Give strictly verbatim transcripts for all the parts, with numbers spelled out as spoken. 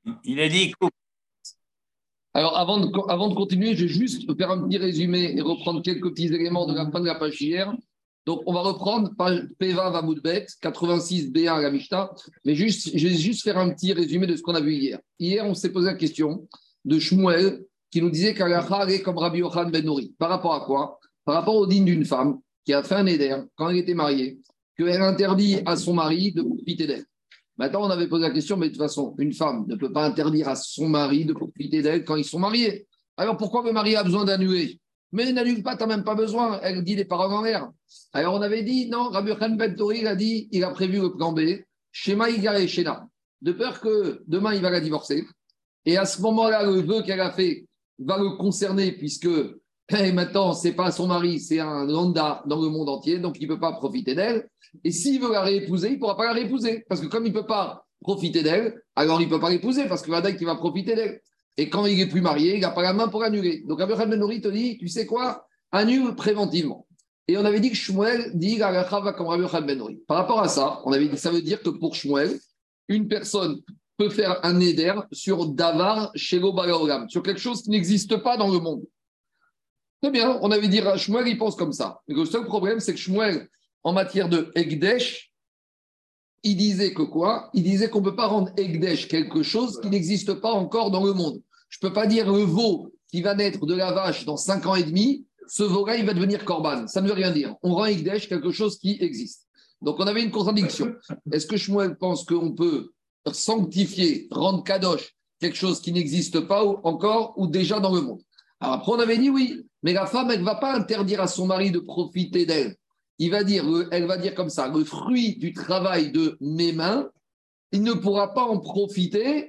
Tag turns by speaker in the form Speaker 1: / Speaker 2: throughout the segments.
Speaker 1: Il a dit
Speaker 2: Alors, avant de, avant de continuer, je vais juste faire un petit résumé et reprendre quelques petits éléments de la fin de la page hier. Donc, on va reprendre page Peva Vamoudbet, quatre-vingt-six B un à la Mishnah. Mais juste, je vais juste faire un petit résumé de ce qu'on a vu hier. Hier, on s'est posé la question de Shmuel qui nous disait qu'Alacha est comme Rabbi Yochanan ben Nouri. Par rapport à quoi? Par rapport au digne d'une femme qui a fait un éder quand elle était mariée, qu'elle interdit à son mari de profiter d'elle. Maintenant, on avait posé la question, mais de toute façon, une femme ne peut pas interdire à son mari de profiter d'elle quand ils sont mariés. Alors pourquoi le mari a besoin d'annuler? Mais n'annule pas, tu n'as même pas besoin. Elle dit des paroles en l'air. Alors on avait dit, non, Rabbi Yochanan ben Tori, il a dit, il a prévu le plan B, Shema Igar et Shena, de peur que demain il va la divorcer. Et à ce moment-là, le vœu qu'elle a fait va le concerner, puisque et maintenant, ce n'est pas son mari, c'est un lambda dans le monde entier, donc il ne peut pas profiter d'elle. Et s'il veut la réépouser, il ne pourra pas la réépouser. Parce que comme il ne peut pas profiter d'elle, alors il ne peut pas l'épouser, parce que va dire qu'il va profiter d'elle. Et quand il n'est plus marié, il n'a pas la main pour annuler. Donc Abraham Ben Nouri te dit, tu sais quoi? Annule préventivement. Et on avait dit que Shmuel dit la va comme Abraham Ben Nouri. Par rapport à ça, on avait dit ça veut dire que pour Shmuel, une personne peut faire un éder sur Davar Shelo Balaolam, sur quelque chose qui n'existe pas dans le monde. Très bien, on avait dit Shmuel, il pense comme ça. Mais le seul problème, c'est que Shmuel, en matière de Ekdesh, il disait que quoi? Il disait qu'on ne peut pas rendre Ekdesh quelque chose qui n'existe pas encore dans le monde. Je ne peux pas dire le veau qui va naître de la vache dans cinq ans et demi, ce veau-là, il va devenir Korban. Ça ne veut rien dire. On rend Ekdesh quelque chose qui existe. Donc, on avait une contradiction. Est-ce que Shmuel pense qu'on peut sanctifier, rendre Kadosh quelque chose qui n'existe pas encore ou déjà dans le monde? Alors après, on avait dit oui, mais la femme, elle ne va pas interdire à son mari de profiter d'elle. Il va dire, elle va dire comme ça, le fruit du travail de mes mains, il ne pourra pas en profiter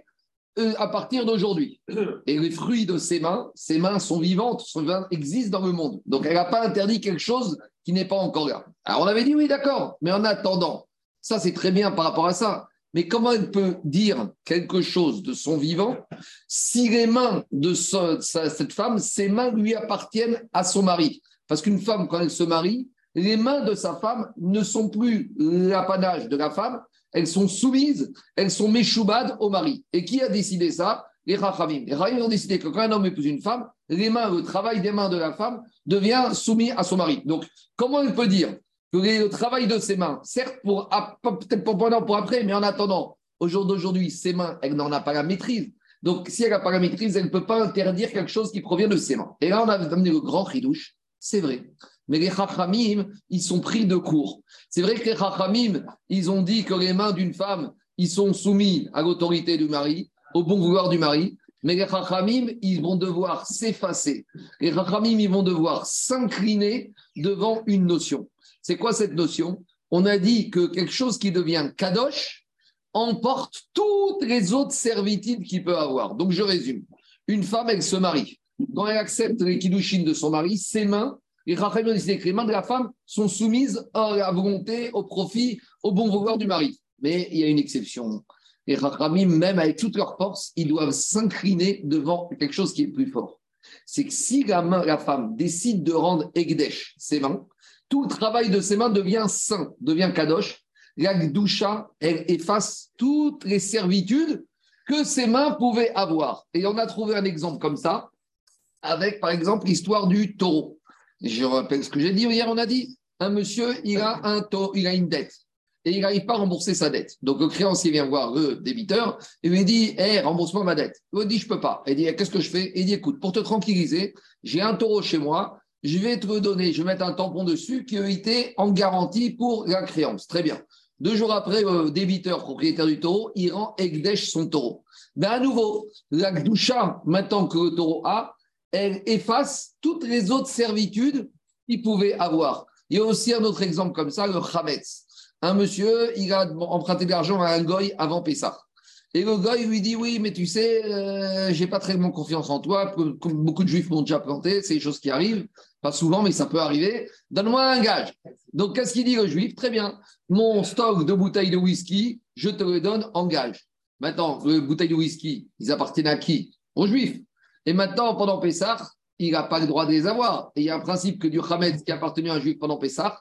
Speaker 2: à partir d'aujourd'hui. Et les fruits de ses mains, ses mains sont vivantes, sont vivantes, existent dans le monde. Donc, elle n'a pas interdit quelque chose qui n'est pas encore là. Alors, on avait dit oui, d'accord, mais en attendant, ça c'est très bien par rapport à ça. Mais comment elle peut dire quelque chose de son vivant si les mains de ce, cette femme, ses mains lui appartiennent à son mari? Parce qu'une femme, quand elle se marie, les mains de sa femme ne sont plus l'apanage de la femme, elles sont soumises, elles sont méchoubades au mari. Et qui a décidé ça? Les Rachamim. Les Rachamim ont décidé que quand un homme épouse une femme, les mains, le travail des mains de la femme devient soumis à son mari. Donc, comment elle peut dire que le travail de ses mains, certes, pour, peut-être pas pendant, pour après, mais en attendant, au jour d'aujourd'hui, ses mains, elle n'en a pas la maîtrise. Donc, si elle n'a pas la maîtrise, elle ne peut pas interdire quelque chose qui provient de ses mains. Et là, on a amené le grand chidouche, c'est vrai. Mais les Chachamim, ils sont pris de court. C'est vrai que les Chachamim, ils ont dit que les mains d'une femme, ils sont soumis à l'autorité du mari, au bon vouloir du mari. Mais les Chachamim, ils vont devoir s'effacer. Les Chachamim, ils vont devoir s'incliner devant une notion. C'est quoi cette notion? On a dit que quelque chose qui devient kadosh emporte toutes les autres servitudes qu'il peut avoir. Donc, je résume. Une femme, elle se marie. Quand elle accepte les kiddushin de son mari, ses mains, les Chachamim ont décidé que les mains de la femme sont soumises à la volonté, au profit, au bon vouloir du mari. Mais il y a une exception. Les Chachamim, même avec toute leur force, ils doivent s'incliner devant quelque chose qui est plus fort. C'est que si la, main, la femme décide de rendre Ekdesh ses mains, tout le travail de ses mains devient saint, devient kadosh. La Gdusha, elle efface toutes les servitudes que ses mains pouvaient avoir. Et on a trouvé un exemple comme ça, avec par exemple l'histoire du taureau. Je rappelle ce que j'ai dit hier, on a dit, un monsieur, il a, un taureau, il a une dette. Et il n'arrive pas à rembourser sa dette. Donc le créancier vient voir le débiteur et lui dit hey, rembourse-moi ma dette. Il lui dit je ne peux pas. Il dit qu'est-ce que je fais? Il dit écoute, pour te tranquilliser, j'ai un taureau chez moi, je vais te le donner, je vais mettre un tampon dessus qui a été en garantie pour la créance. Très bien. Deux jours après, le débiteur, propriétaire du taureau, il rend Ekdesh son taureau. Mais à nouveau, la Gdusha, maintenant que le taureau a, elle efface toutes les autres servitudes qu'il pouvait avoir. Il y a aussi un autre exemple comme ça, le Chametz. Un monsieur, il a emprunté de l'argent à un goy avant Pessah. Et le goy lui dit, oui, mais tu sais, euh, j'ai pas très confiance en toi, comme beaucoup de juifs m'ont déjà planté, c'est des choses qui arrivent, pas souvent, mais ça peut arriver. Donne-moi un gage. Donc, qu'est-ce qu'il dit le juif? Très bien, mon stock de bouteilles de whisky, je te le donne en gage. Maintenant, les bouteilles de whisky, ils appartiennent à qui? Aux juifs. Et maintenant, pendant Pessah, il n'a pas le droit de les avoir. Et il y a un principe que du Hametz qui a appartenu à un juif pendant Pessah,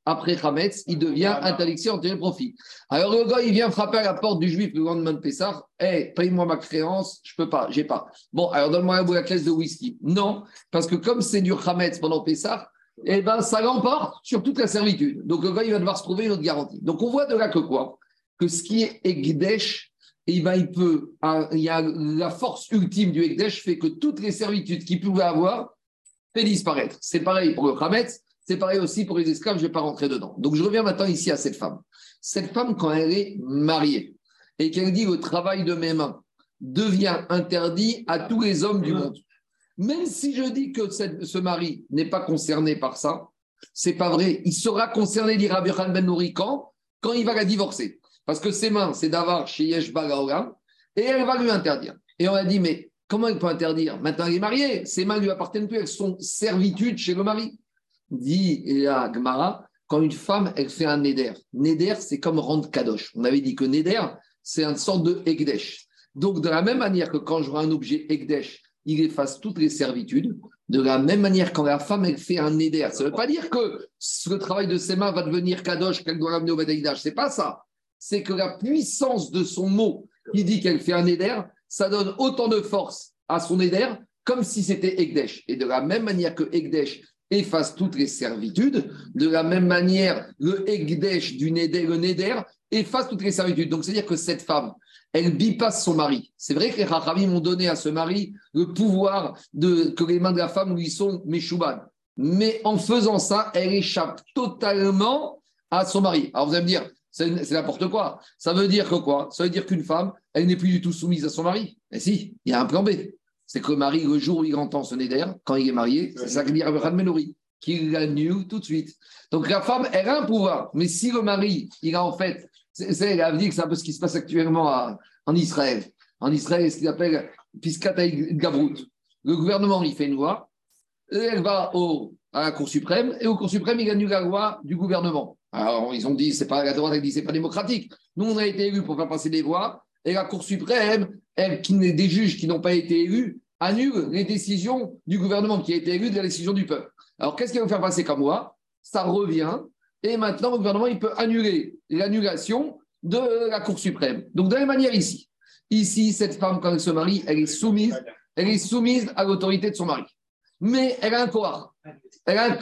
Speaker 2: après Hametz, il devient interdiction en tirer profit. Alors le gars, il vient frapper à la porte du juif le lendemain de Pessah. Hé, paye-moi ma créance, je peux pas, j'ai pas. Bon, alors donne-moi la caisse de whisky. Non, parce que comme c'est du Hametz pendant Pessah, eh ben, ça l'emporte sur toute la servitude. Donc le gars, il va devoir se trouver une autre garantie. Donc on voit de là que quoi? Que ce qui est Ekdesh, eh ben, il peut, il y a la force ultime du Ekdesh fait que toutes les servitudes qu'il pouvait avoir fait disparaître. C'est pareil pour le Hametz. C'est pareil aussi pour les esclaves, je ne vais pas rentrer dedans. Donc, je reviens maintenant ici à cette femme. Cette femme, quand elle est mariée et qu'elle dit le travail de mes mains devient interdit à tous les hommes du monde. Même si je dis que cette, ce mari n'est pas concerné par ça, c'est pas vrai. Il sera concerné, dit Rabbi Yochanan ben Nouri, quand, quand il va la divorcer. Parce que ses mains, c'est d'avoir chez Yesh Bagaolam et elle va lui interdire. Et on a dit, mais comment elle peut interdire? Maintenant, elle est mariée, ses mains ne lui appartiennent plus, elles sont servitudes chez le mari. Dit la Gemara, quand une femme, elle fait un neder. Neder, c'est comme rendre kadosh. On avait dit que neder, c'est une sorte de ekdesh. Donc, de la même manière que quand je vois un objet ekdesh, il efface toutes les servitudes. De la même manière, quand la femme, elle fait un neder, ça ne veut pas dire que le travail de ses mains va devenir kadosh, qu'elle doit ramener au Badaïdage. C'est pas ça. C'est que la puissance de son mot qui dit qu'elle fait un neder, ça donne autant de force à son neder comme si c'était ekdesh. Et de la même manière que ekdesh efface toutes les servitudes. De la même manière, le Ekdesh du Neder, le Neder efface toutes les servitudes. Donc, c'est-à-dire que cette femme, elle bypasse son mari. C'est vrai que les Chachamim ont donné à ce mari le pouvoir de, que les mains de la femme lui sont méchouban. Mais en faisant ça, elle échappe totalement à son mari. Alors, vous allez me dire, c'est, c'est n'importe quoi. Ça veut dire que quoi? Ça veut dire qu'une femme, elle n'est plus du tout soumise à son mari. Et si, il y a un plan B. C'est que le mari, le jour où il entend ce neder, quand il est marié, c'est ça que dit Rabbi Yochanan ben Nouri, qu'il l'annule tout de suite. Donc la femme, elle a un pouvoir, mais si le mari, il a en fait, c'est, c'est, elle dit que c'est un peu ce qui se passe actuellement à, en Israël. En Israël, ce qu'il appelle Piskat Gavrut. Le gouvernement, il fait une loi, et elle va au, à la Cour suprême, et au Cour suprême, il annule la loi du gouvernement. Alors, ils ont dit, c'est pas la droite, elle dit, c'est pas démocratique. Nous, on a été élus pour faire passer des lois, et la Cour suprême, elle, qui n'est des juges qui n'ont pas été élus, annule les décisions du gouvernement qui a été élu de la décision du peuple. Alors, qu'est-ce qu'il va faire passer comme loi? Ça revient, et maintenant, le gouvernement, il peut annuler l'annulation de la Cour suprême. Donc, de la même manière ici. Ici, cette femme, quand elle se marie, elle est soumise, elle est soumise à l'autorité de son mari. Mais elle a un corps. Elle a un...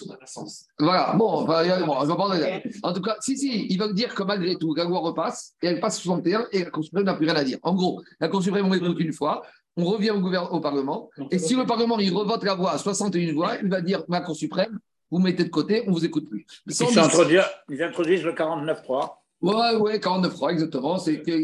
Speaker 2: Voilà, bon, enfin, bon, je vais pas en, en tout cas, si, si, il va dire que malgré tout, la loi repasse, et elle passe soixante et un, et la Cour suprême n'a plus rien à dire. En gros, la Cour suprême, on l'écoute une fois, on revient au, gouvernement, au Parlement, et si le Parlement, il revote la loi à soixante et une voix, il va dire, la Cour suprême, vous mettez de côté, on ne vous écoute plus.
Speaker 1: Ils, introduisent, ils introduisent le quarante-neuf trois.
Speaker 2: Ouais, ouais, quarante-neuf trois, exactement. C'est que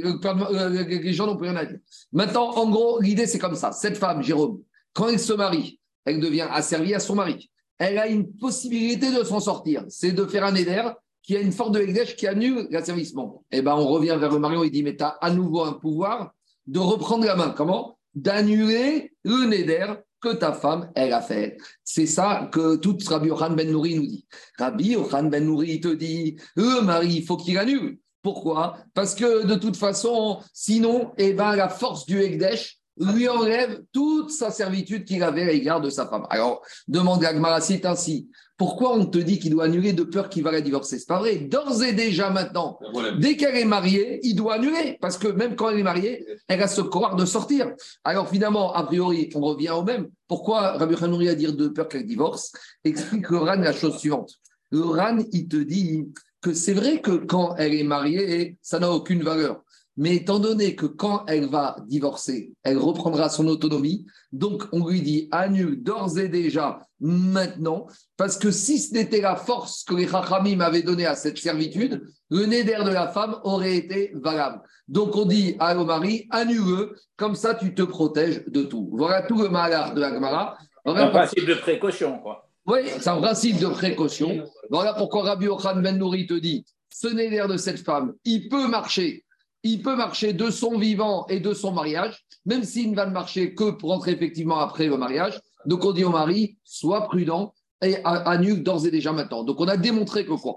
Speaker 2: les gens n'ont plus rien à dire. Maintenant, en gros, l'idée, c'est comme ça. Cette femme, Jérôme, quand elle se marie, elle devient asservie à son mari. Elle a une possibilité de s'en sortir. C'est de faire un éder qui a une force de Ekdesh qui annule l'asservissement. Eh bien, on revient vers le mari, on lui dit, mais tu as à nouveau un pouvoir de reprendre la main. Comment? D'annuler le néder que ta femme, elle a fait. C'est ça que tout Rabbi Yochanan ben Nouri nous dit. Rabbi Yochanan ben Nouri te dit, le mari, il faut qu'il annule. Pourquoi? Parce que de toute façon, sinon, eh ben, la force du Ekdesh lui enlève toute sa servitude qu'il avait à l'égard de sa femme. Alors, demande la Gemara, c'est ainsi. Pourquoi on te dit qu'il doit annuler de peur qu'il va la divorcer? C'est pas vrai. D'ores et déjà maintenant, voilà. Dès qu'elle est mariée, il doit annuler. Parce que même quand elle est mariée, elle a ce courage de sortir. Alors finalement, a priori, on revient au même. Pourquoi Rabbi Yochanan a dit de peur qu'elle divorce? Explique le Ran la chose suivante. Le Ran, il te dit que c'est vrai que quand elle est mariée, ça n'a aucune valeur. Mais étant donné que quand elle va divorcer, elle reprendra son autonomie, donc on lui dit annule d'ores et déjà maintenant, parce que si ce n'était la force que les Chachamim avaient donnée à cette servitude, le néder de la femme aurait été valable. Donc on dit à au mari, annule, comme ça tu te protèges de tout. Voilà tout le malheur de la Gemara.
Speaker 1: Un principe de précaution, quoi.
Speaker 2: Oui, c'est un principe de précaution. Voilà pourquoi Rabbi Yochanan ben Nouri te dit, ce néder de cette femme, il peut marcher. Il peut marcher de son vivant et de son mariage, même s'il ne va ne marcher que pour rentrer effectivement après le mariage. Donc on dit au mari, sois prudent et annule d'ores et déjà maintenant. Donc on a démontré que quoi?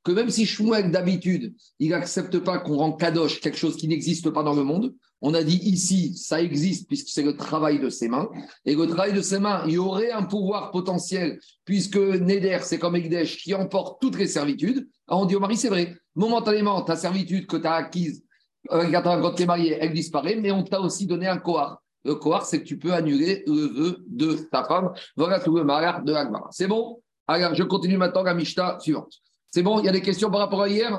Speaker 2: que même si Shmuel d'habitude, il n'accepte pas qu'on rend kadosh quelque chose qui n'existe pas dans le monde, on a dit ici, ça existe puisque c'est le travail de ses mains. Et le travail de ses mains, il y aurait un pouvoir potentiel puisque Neder, c'est comme Ekdesh qui emporte toutes les servitudes. Alors on dit au mari, c'est vrai, momentanément, ta servitude que tu as acquise euh, quand tu es marié, elle disparaît, mais on t'a aussi donné un kohar. Le kohar, c'est que tu peux annuler le vœu de ta femme. Voilà tout le malheur de l'Agmara. C'est bon? Alors, je continue maintenant la Mishnah suivante. C'est bon? Il y a des questions par rapport à hier?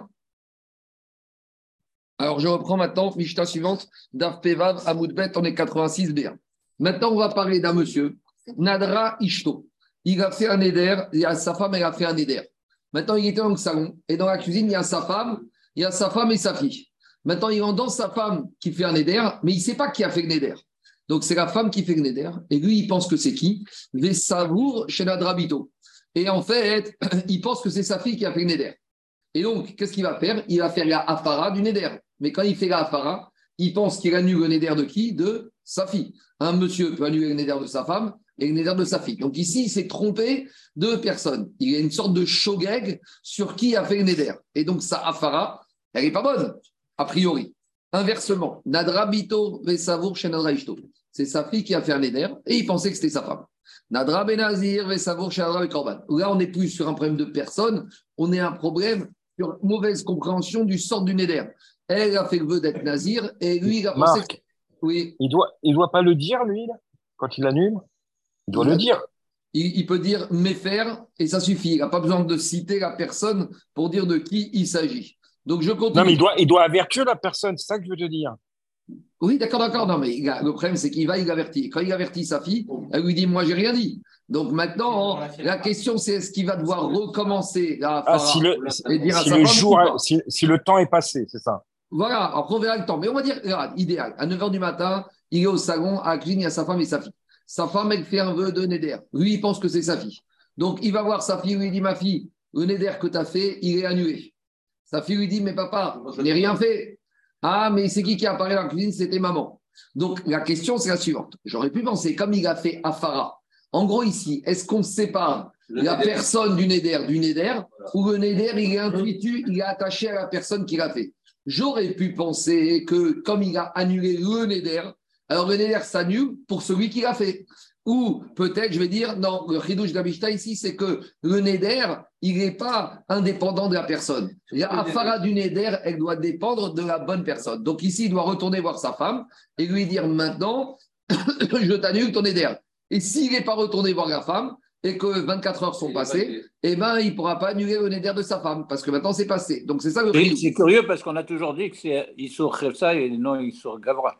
Speaker 2: Alors, je reprends maintenant Mishnah suivante. Daf Pevav Amoudbet, on est quatre-vingt-six B un. Maintenant, on va parler d'un monsieur, Nadra Ishto. Il a fait un éder, et sa femme, elle a fait un éder. Maintenant, il était dans le salon, et dans la cuisine, il y a sa femme, il y a sa femme et sa fille. Maintenant, il entend sa femme qui fait un éder, mais il ne sait pas qui a fait le néder. Donc, c'est la femme qui fait le néder, et lui, il pense que c'est qui? Vesavour chez Nadrabito. Et en fait, il pense que c'est sa fille qui a fait le néder. Et donc, qu'est-ce qu'il va faire? Il va faire la afara du néder. Mais quand il fait la afara, il pense qu'il annule le néder de qui? De sa fille. Un monsieur peut annuler le néder de sa femme et le néder de sa fille. Donc ici, il s'est trompé de personne. Il y a une sorte de shogeg sur qui a fait le néder. Et donc, sa afara, elle n'est pas bonne, a priori. Inversement, Nadra Bito Vesavour chez Nadra Ishto. C'est sa fille qui a fait un néder et il pensait que c'était sa femme. Nadra Benazir Vesavour chez Nadra Korban. Là, on n'est plus sur un problème de personne, on est un problème sur mauvaise compréhension du sort du néder. Elle a fait le vœu d'être nazir et lui, il a pensé
Speaker 3: Marc,
Speaker 2: que... Oui.
Speaker 3: il doit, il doit pas le dire, lui, là, quand il annule. Il doit
Speaker 2: Il,
Speaker 3: le
Speaker 2: a,
Speaker 3: dire.
Speaker 2: il, il peut dire méfaire et ça suffit. Il n'a pas besoin de citer la personne pour dire de qui il s'agit. Donc, je continue.
Speaker 3: Non, mais il doit, il doit avertir la personne, c'est ça que je veux te dire.
Speaker 2: Oui, d'accord, d'accord. Non, mais il a, le problème, c'est qu'il va, il avertit. Quand il avertit sa fille, elle lui dit, moi, j'ai rien dit. Donc maintenant, la question, c'est est-ce qu'il va devoir recommencer la
Speaker 3: Ah, si le,
Speaker 2: et dire
Speaker 3: si
Speaker 2: à sa
Speaker 3: le
Speaker 2: femme
Speaker 3: jour,
Speaker 2: ou pas.
Speaker 3: si, si le temps est passé, c'est ça.
Speaker 2: Voilà, après on verra le temps. Mais on va dire, regarde, idéal. À neuf heures du matin, il est au salon, à Klin, il y a sa femme et sa fille. Sa femme, elle fait un vœu de Néder. Lui, il pense que c'est sa fille. Donc, il va voir sa fille, lui, il dit, ma fille, le Néder que tu as fait, il est annulé. Sa fille lui dit, mais papa, je n'ai rien fait. Ah, mais c'est qui qui apparaît dans la cuisine? C'était maman. Donc, la question, c'est la suivante. J'aurais pu penser, comme il a fait Afara, en gros, ici, est-ce qu'on sépare le la néder. Personne du Néder du Néder voilà. Ou le Néder, il est intuitu, il est attaché à la personne qui l'a fait? J'aurais pu penser que, comme il a annulé le Néder, alors le Néder s'annule pour celui qui l'a fait. Ou peut-être, je vais dire, non, le chidouche de la Mishnah ici, c'est que le Néder, il n'est pas indépendant de la personne. La afara du Néder, elle doit dépendre de la bonne personne. Donc ici, il doit retourner voir sa femme et lui dire maintenant, je t'annule ton Néder. Et s'il n'est pas retourné voir la femme et que vingt-quatre heures sont passées, eh ben, il ne pourra pas annuler le Néder de sa femme parce que maintenant, c'est passé. Donc c'est ça le
Speaker 1: chidouche. C'est curieux parce qu'on a toujours dit que c'est Issour Khefsa et non Issour Gavra.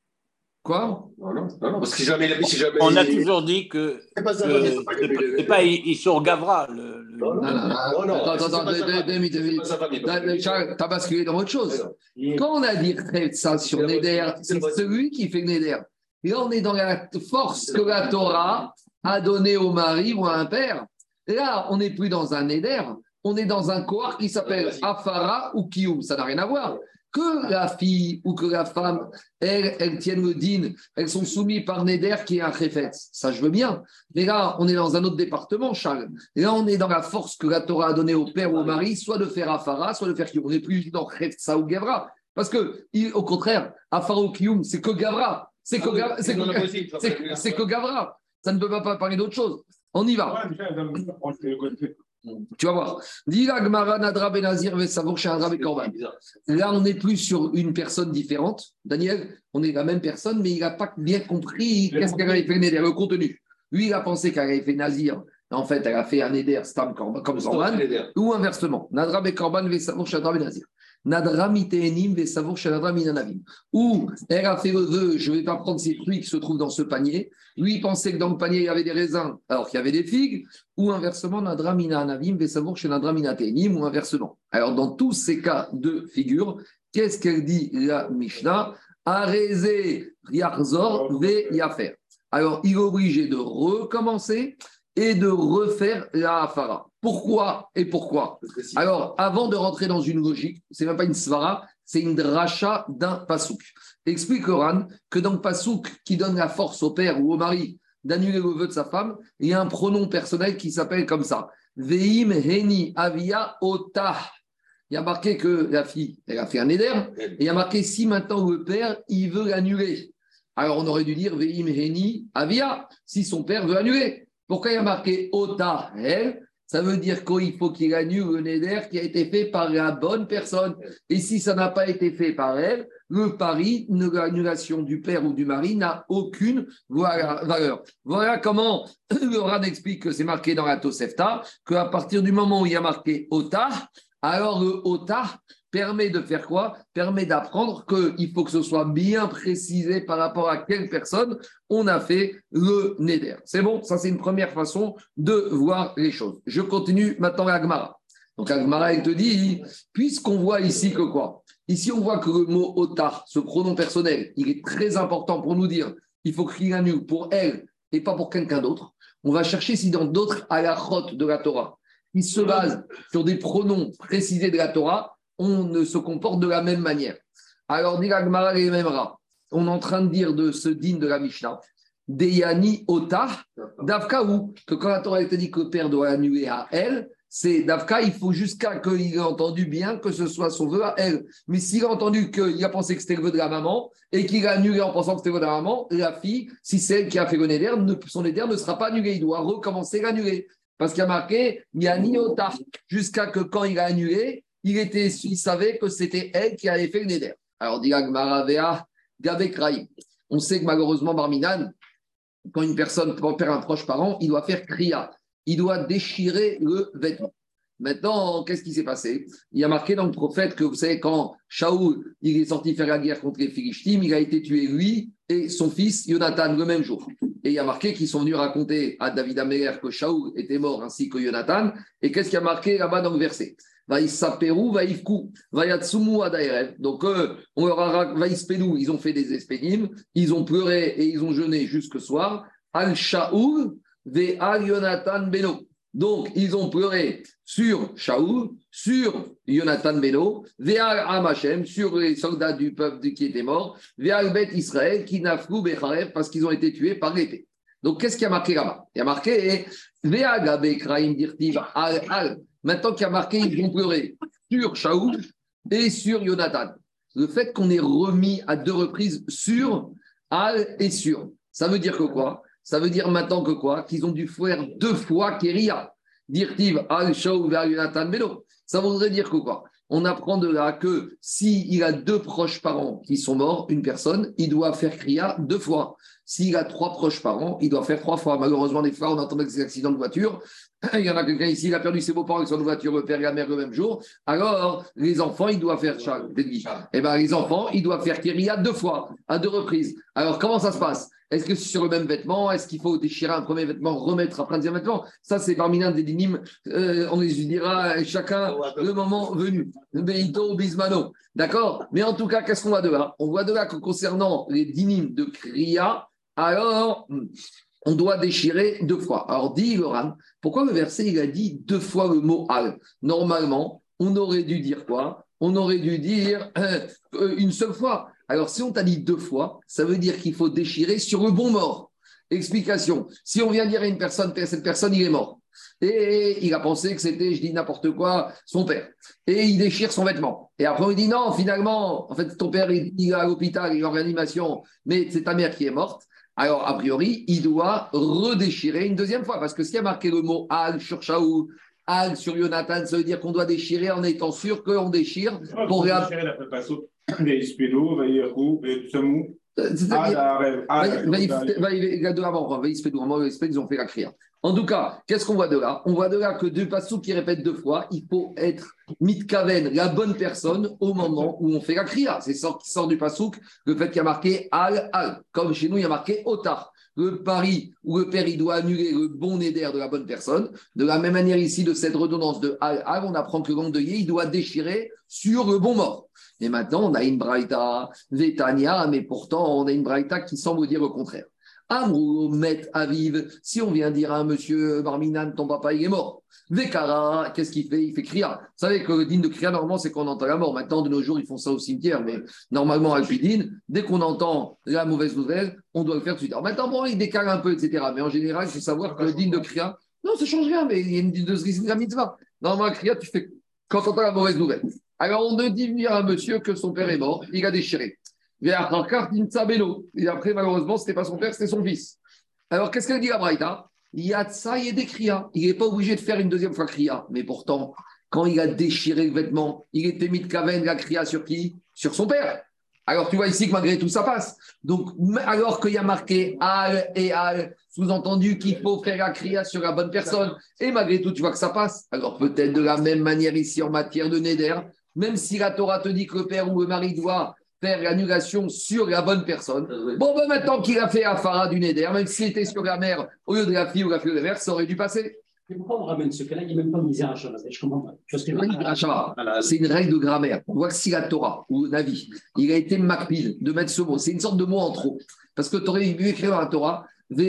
Speaker 2: Quoi?
Speaker 4: Non, non, non, parce que si jamais, si jamais
Speaker 1: on a
Speaker 4: il...
Speaker 1: toujours dit que
Speaker 4: c'est pas ça,
Speaker 1: le,
Speaker 4: c'est pas,
Speaker 1: c'est, c'est pas Issour Gavra. Le, le...
Speaker 4: Non, non, non, non, non,
Speaker 2: attends, attends, t'as basculé dans autre chose. Quand on a dit ça sur Néder, c'est celui qui fait Néder. Là, on est dans la force que la Torah a donnée au mari ou à un père. Là, on n'est plus dans un Néder, on est dans un kohar qui s'appelle Afara ou Kiyum. Ça n'a rien à voir. Que la fille ou que la femme, elles, elles tiennent le din, elles sont soumises par Néder qui est un Khefetz. Ça, je veux bien. Mais là, on est dans un autre département, Charles. Et là, on est dans la force que la Torah a donnée au père ou au mari, soit de faire Afara, soit de faire Kiyum. On n'est plus dans Khefetza ou Gavra. Parce que, au contraire, Afara ou Kiyum, c'est que Gavra. C'est que, ah oui, c'est, que, c'est, que, c'est que Gavra. Ça ne peut pas parler d'autre chose. On y va. Tu vas voir. Là, on n'est plus sur une personne différente. Daniel, on est la même personne, mais il n'a pas bien compris qu'est-ce qu'elle avait fait Néder, le contenu. Lui, il a pensé qu'elle avait fait Nazir. En fait, elle a fait un Néder Stam comme Korban, ou inversement. Nadra be Korban ve Savour Shadra be Nazir. Nadra miteenim ve Savour Shadra minanavim. Ou elle a fait le vœu, je ne vais pas prendre ces fruits qui se trouvent dans ce panier. Lui, il pensait que dans le panier, il y avait des raisins, alors qu'il y avait des figues. Ou inversement, Nadra minanavim ve Savour Shadra minateenim, ou inversement. Alors, dans tous ces cas de figure, qu'est-ce qu'elle dit la Mishnah? Areze Riachzor ve Yafer. Alors, il est obligé de recommencer et de refaire la Hafara. Pourquoi et pourquoi? Alors, avant de rentrer dans une logique, ce n'est même pas une svara, c'est une dracha d'un pasouk. Explique Oran que dans le pasouk qui donne la force au père ou au mari d'annuler le vœu de sa femme, il y a un pronom personnel qui s'appelle comme ça. Veim Heni Avia Ota. Il y a marqué que la fille, elle a fait un éder, et il y a marqué si maintenant le père, il veut l'annuler. Alors on aurait dû dire Veim Heni Avia, si son père veut annuler. Pourquoi il y a marqué Ota, elle? Ça veut dire qu'il faut qu'il annule le néder qui a été fait par la bonne personne. Et si ça n'a pas été fait par elle, le pari, l'annulation du père ou du mari n'a aucune valeur. Voilà comment le Ran explique que c'est marqué dans la Tosefta, qu'à partir du moment où il y a marqué Ota, alors le Ota permet de faire quoi? Permet d'apprendre qu'il faut que ce soit bien précisé par rapport à quelle personne on a fait le Neder. C'est bon? Ça, c'est une première façon de voir les choses. Je continue maintenant à Agmara. Donc, Agmara, elle te dit, puisqu'on voit ici que quoi? Ici, on voit que le mot Ota, ce pronom personnel, il est très important pour nous dire il faut qu'il annule pour elle et pas pour quelqu'un d'autre. On va chercher si dans d'autres halachot de la Torah, ils se basent sur des pronoms précisés de la Torah, on ne se comporte de la même manière. Alors, dit l'Agmara et Memra, on est en train de dire de ce din de la Mishnah, Deyani Ota, Davkaou, que quand la Torah te dit que le père doit annuler à elle, c'est Davka, il faut jusqu'à qu'il ait entendu bien que ce soit son vœu à elle. Mais s'il a entendu qu'il a pensé que c'était le vœu de la maman et qu'il a annulé en pensant que c'était le vœu de la maman, la fille, si c'est elle qui a fait le néder, son néder ne sera pas annulé. Il doit recommencer à l'annuler. Parce qu'il y a marqué Yani Ota, jusqu'à que quand il a annulé, il, était, il savait que c'était elle qui avait fait le néder. Alors, dit Agmaravea, Gabekrai. On sait que malheureusement, Barminan, quand une personne perd un proche parent, il doit faire kriya. Il doit déchirer le vêtement. Maintenant, qu'est-ce qui s'est passé? Il y a marqué dans le prophète que, vous savez, quand Shaoul il est sorti faire la guerre contre les Philistins, il a été tué, lui et son fils Jonathan, le même jour. Et il y a marqué qu'ils sont venus raconter à David Améler que Shaoul était mort ainsi que Jonathan. Et qu'est-ce qu'il y a marqué là-bas dans le verset? Vaïsaperu, Vaïfkou, Vaïatsumu Adaerev. Donc, euh, on leur a Vaïspédou, ils ont fait des espénimes, ils ont pleuré et ils ont jeûné jusque soir. Al-Shaoul, Ve'al Jonathan Beno. Donc, ils ont pleuré sur Shaoul, sur Jonathan Beno, Ve'al Amachem, sur les soldats du peuple qui étaient morts, Ve'al Bet Israël, qui n'afrou Becharev, parce qu'ils ont été tués par l'épée. Donc, qu'est-ce qu'il y a marqué là-bas? Il y a marqué Ve'al Gabe Kraim Dirtiv Al Al. Maintenant qu'il y a marqué, ils vont pleurer sur Shaoul et sur Jonathan. Le fait qu'on ait remis à deux reprises sur Al et sur, ça veut dire que quoi? Ça veut dire maintenant que quoi? Qu'ils ont dû faire deux fois Kéria. Dirtiv Al Shaoul vers Jonathan Beno. Ça voudrait dire que quoi? On apprend de là que s'il a deux proches parents qui sont morts, une personne, il doit faire Kriya deux fois. S'il a trois proches parents, il doit faire trois fois. Malheureusement, des fois, on entend des accidents de voiture. Il y en a quelqu'un ici, il a perdu ses beaux-parents avec son voiture, le père et la mère le même jour. Alors, les enfants, ils doivent faire chaque. Eh bien, les enfants, ils doivent faire Kéria deux fois, à deux reprises. Alors, comment ça se passe? Est-ce que c'est sur le même vêtement? Est-ce qu'il faut déchirer un premier vêtement, remettre après un deuxième vêtement? Ça, c'est parmi l'un des dynimes. Euh, on les dira chacun le moment venu. Beito Bismano. D'accord? Mais en tout cas, qu'est-ce qu'on voit de là? On voit de là que concernant les dynimes de Kriya, alors, on doit déchirer deux fois. Alors, dit Loran, pourquoi le verset, il a dit deux fois le mot al? Normalement, on aurait dû dire quoi? On aurait dû dire euh, une seule fois. Alors, si on t'a dit deux fois, ça veut dire qu'il faut déchirer sur le bon mort. Explication. Si on vient dire à une personne, cette personne, il est mort. Et il a pensé que c'était, je dis n'importe quoi, son père. Et il déchire son vêtement. Et après, on lui dit non, finalement, en fait, ton père, il, il est à l'hôpital, il est en réanimation, mais c'est ta mère qui est morte. Alors, a priori, il doit redéchirer une deuxième fois. Parce que s'il y a marqué le mot Al sur Shaoul, Al sur Jonathan, ça veut dire qu'on doit déchirer en étant sûr qu'on déchire.
Speaker 5: Ah,
Speaker 2: pour
Speaker 5: déchirer la préparation des Spédo, Vaïrou, et Samou.
Speaker 2: C'est-à-dire, ils ont fait la kriya. En tout cas, qu'est-ce qu'on voit de là? On voit de là que deux passous qui répètent deux fois, il faut être mitkaven, la bonne personne, au moment où on fait la kriya. C'est ça qui sort du passouk, le fait qu'il y a marqué al, al. Comme chez nous, il y a marqué otar. Le pari où le père il doit annuler le bon néder de la bonne personne. De la même manière ici, de cette redondance de al, al, on apprend que le gondolier, il doit déchirer sur le bon mort. Et maintenant, on a une braïta Vétania, mais pourtant, on a une braïta qui semble dire le contraire. Amrou, Met, Aviv, si on vient dire à un monsieur Barminan, ton papa, il est mort. Vekara, qu'est-ce qu'il fait? Il fait Kriya. Vous savez que le dîne de Kriya, normalement, c'est qu'on entend la mort. Maintenant, de nos jours, ils font ça au cimetière, mais normalement, à Alpidine, dès qu'on entend la mauvaise nouvelle, on doit le faire tout de suite. Alors maintenant, bon, il décale un peu, et cetera. Mais en général, il faut savoir que le dîne de Kriya, Non, ça ne change rien, mais il y a une de la mitzvah. Normalement, la kriya, tu fais quand tu entends la mauvaise nouvelle. Alors, on ne dit venir à un monsieur que son père est mort, il a déchiré. Et après, malheureusement, ce n'était pas son père, c'était son fils. Alors, qu'est-ce qu'elle dit la Braïta? Il y a de ça, il y a des kriya. Il n'est pas obligé de faire une deuxième fois kriya. Mais pourtant, quand il a déchiré le vêtement, il était mis de kaven, la kriya sur qui? Sur son père. Alors, tu vois ici que malgré tout, ça passe. Donc, alors qu'il y a marqué al et al, sous-entendu qu'il faut faire la kriya sur la bonne personne, et malgré tout, tu vois que ça passe. Alors, peut-être de la même manière ici en matière de neder, même si la Torah te dit que le père ou le mari doit faire l'annulation sur la bonne personne, bon, ben maintenant qu'il a fait Afara du neder, même s'il était sur la mère au lieu de la fille ou la fille de la mère, ça aurait dû passer.
Speaker 6: Mais pourquoi on ramène ce cas-là? Il n'y a même pas de misère à Shabbat. Je comprends pas. Tu vois ce que je veux dire?
Speaker 2: C'est une règle de grammaire. On voit que si la Torah ou Navi, il a été makpil de mettre ce mot, c'est une sorte de mot en trop. Parce que tu aurais pu écrire dans la Torah,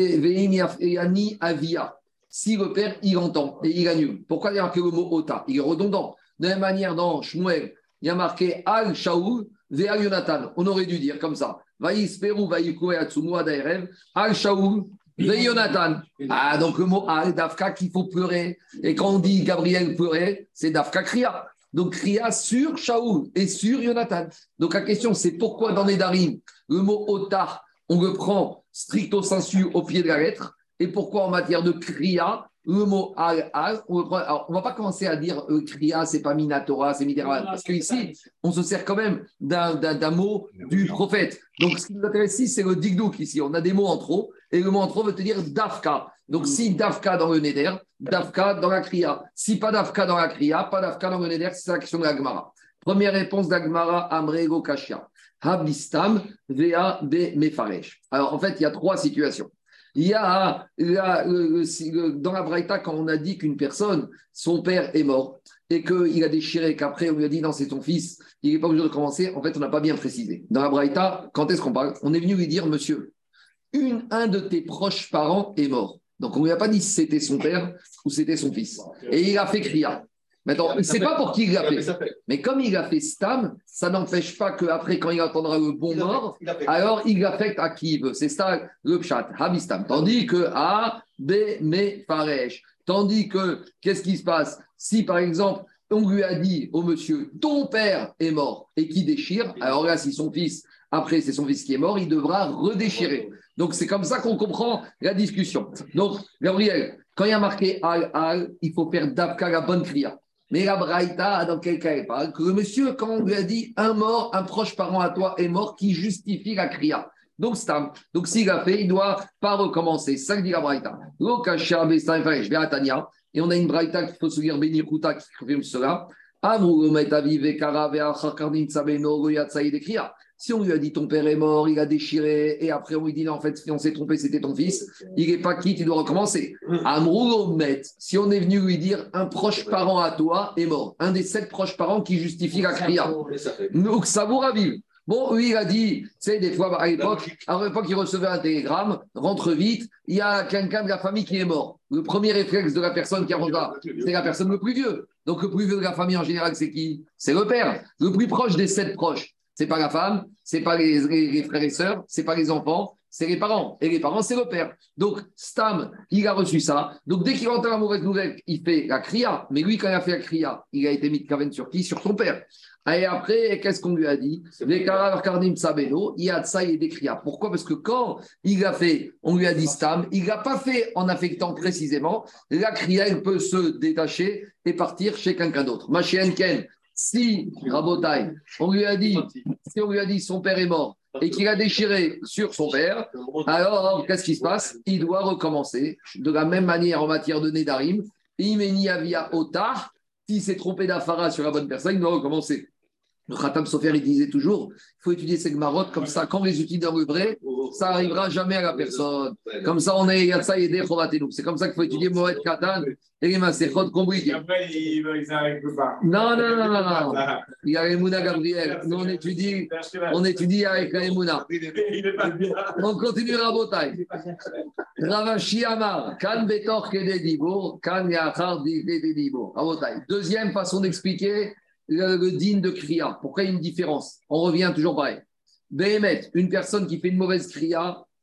Speaker 2: Ve'ini avia. Si le père, il entend et il annule. Pourquoi il y a marqué le mot ota? Il est redondant. De la même manière, dans Shmuel, il y a marqué al Shaul, Ve'al Yonatan. On aurait dû dire comme ça. Vaïs Peru, Vaïkoé Atsumu Adaerev, al Shaul. Jonathan. Ah, donc le mot al, Dafka qu'il faut pleurer. Et quand on dit Gabriel pleurer, c'est Dafka Kriya. Donc Kriya sur Shaoul et sur Jonathan. Donc la question, c'est pourquoi dans les Darim, le mot otar, on le prend stricto sensu au pied de la lettre, et pourquoi en matière de Kriya, le mot al, al, on ne va pas commencer à dire euh, Kriya, c'est pas Minatora, c'est Midera, parce qu'ici, on se sert quand même d'un, d'un, d'un mot du prophète. Donc ce qui nous intéresse ici, c'est le digdouk ici. On a des mots en trop. Et le mot en trop veut te dire Dafka. Donc, si Dafka dans le Neder, Dafka dans la Kriya. Si pas Dafka dans la Kriya, pas Dafka dans le Neder, c'est la question de la Gemara. Première réponse de la Gemara, Amrego Kashia. Habistam, Vea, Be, Mefaresh. Alors, en fait, il y a trois situations. Il y a, la, le, le, dans la Braïta, quand on a dit qu'une personne, son père est mort, et qu'il a déchiré, qu'après on lui a dit non, c'est ton fils, il n'est pas obligé de commencer. En fait, on n'a pas bien précisé. Dans la Braïta, quand est-ce qu'on parle? On est venu lui dire, monsieur, Une, un de tes proches parents est mort. Donc, on ne lui a pas dit si c'était son père ou c'était son fils. Et il a fait Kriya. Maintenant, c'est pas pour qui il l'a fait. Mais comme il a fait Stam, ça n'empêche pas qu'après, quand il entendra le bon mort, alors il l'affecte à qui il veut. C'est ça le pshat, Habistam. Tandis que A, B, Me, Faresh. Tandis que, qu'est-ce qui se passe? Si, par exemple, on lui a dit au monsieur, ton père est mort et qui déchire, alors là, si son fils, après c'est son fils qui est mort, il devra redéchirer. Donc, c'est comme ça qu'on comprend la discussion. Donc, Gabriel, quand il y a marqué Al, Al, il faut faire Davka la bonne kriya. Mais la Braïta, dans quel cas elle parle? Que le monsieur, quand on lui a dit un mort, un proche parent à toi est mort, qui justifie la kriya. Donc, Stam. Donc, s'il a fait, il ne doit pas recommencer. C'est ça que dit la Braïta. Et on a une Braïta qu'il faut se lire, Béni Kouta, qui confirme cela. Si on lui a dit ton père est mort, il a déchiré, et après on lui dit non, en fait, si on s'est trompé, c'était ton fils, il n'est pas quitte, il doit recommencer. Amroulomet, si on est venu lui dire un proche parent à toi est mort, un des sept proches parents qui justifie la kriya. Donc ça vous ravive. Bon, lui, il a dit, tu sais, des fois, à l'époque, à l'époque, il recevait un télégramme, rentre vite, il y a quelqu'un de la famille qui est mort. Le premier réflexe de la personne qui rentre là, c'est la personne le plus vieux. Donc, le plus vieux de la famille, en général, c'est qui? C'est le père. Le plus proche des sept proches, c'est pas la femme, c'est pas les, les, les frères et sœurs, c'est pas les enfants, c'est les parents. Et les parents, c'est le père. Donc, Stam, il a reçu ça. Donc, dès qu'il entend la mauvaise nouvelle, il fait la kriya. Mais lui, quand il a fait la kriya, il a été mis de kaven sur qui? Sur son père. Et après, qu'est-ce qu'on lui a dit? Les Kardim Sabeno, il y a de ça, il est des kriya. Pourquoi? Parce que quand il a fait, on lui a dit Stam, il ne l'a pas fait en affectant précisément. La kriya, elle peut se détacher et partir chez quelqu'un d'autre. Machien Ken, si, Rabotai, on lui a dit, si on lui a dit son père est mort et qu'il a déchiré sur son père, alors qu'est-ce qui se passe? Il doit recommencer. De la même manière en matière de Nédarim, Imeni Avia Otar, s'il s'est trompé d'Afara sur la bonne personne, il doit recommencer. Le Khatam Sofer, il disait toujours, il faut étudier ces marottes comme ça, quand on les utilise dans le vrai, ça n'arrivera jamais à la personne. Comme ça, on est Yatsa et Dechovatenu. C'est comme ça qu'il faut étudier Moed Katan et les Masechot Kombouidi.
Speaker 5: Après, ils n'arrivent pas.
Speaker 2: Non, non, non, non, non. Il y a Emouna Gabriel. Nous, on étudie, on étudie avec Emouna. On continue Rabotai. Ravashi Amar, Kan Betor Kede Dibo, Kan Yachar Kede Dibo. Rabotai. Deuxième façon d'expliquer le, le din de kriya. Pourquoi il y a une différence? On revient toujours pareil. Béhémet, une personne qui fait une mauvaise kriya,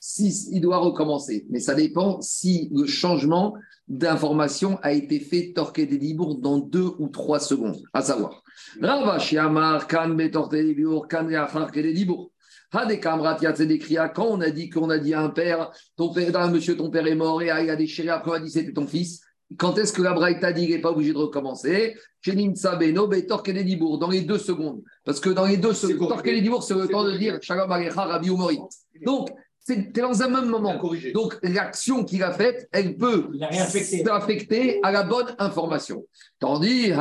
Speaker 2: si, il doit recommencer. Mais ça dépend si le changement d'information a été fait torqué des libours dans deux ou trois secondes. À savoir, Ravashi Amar, Kan Betorte des libours, Kan Yachar des libours. Quand on a dit qu'on a dit à un père, ton père, un monsieur, ton père est mort et il a déchiré, après on a dit c'était ton fils. Quand est-ce que la Braïta dit qu'il n'est pas obligé de recommencer? Dans les deux secondes. Parce que dans les deux secondes, torquer les dibours, c'est le temps de dire Shalom Alecha, Rabbi Umori. Donc, c'est dans un même moment. Donc, l'action qu'il a faite, elle peut s'affecter à la bonne information. Tandis,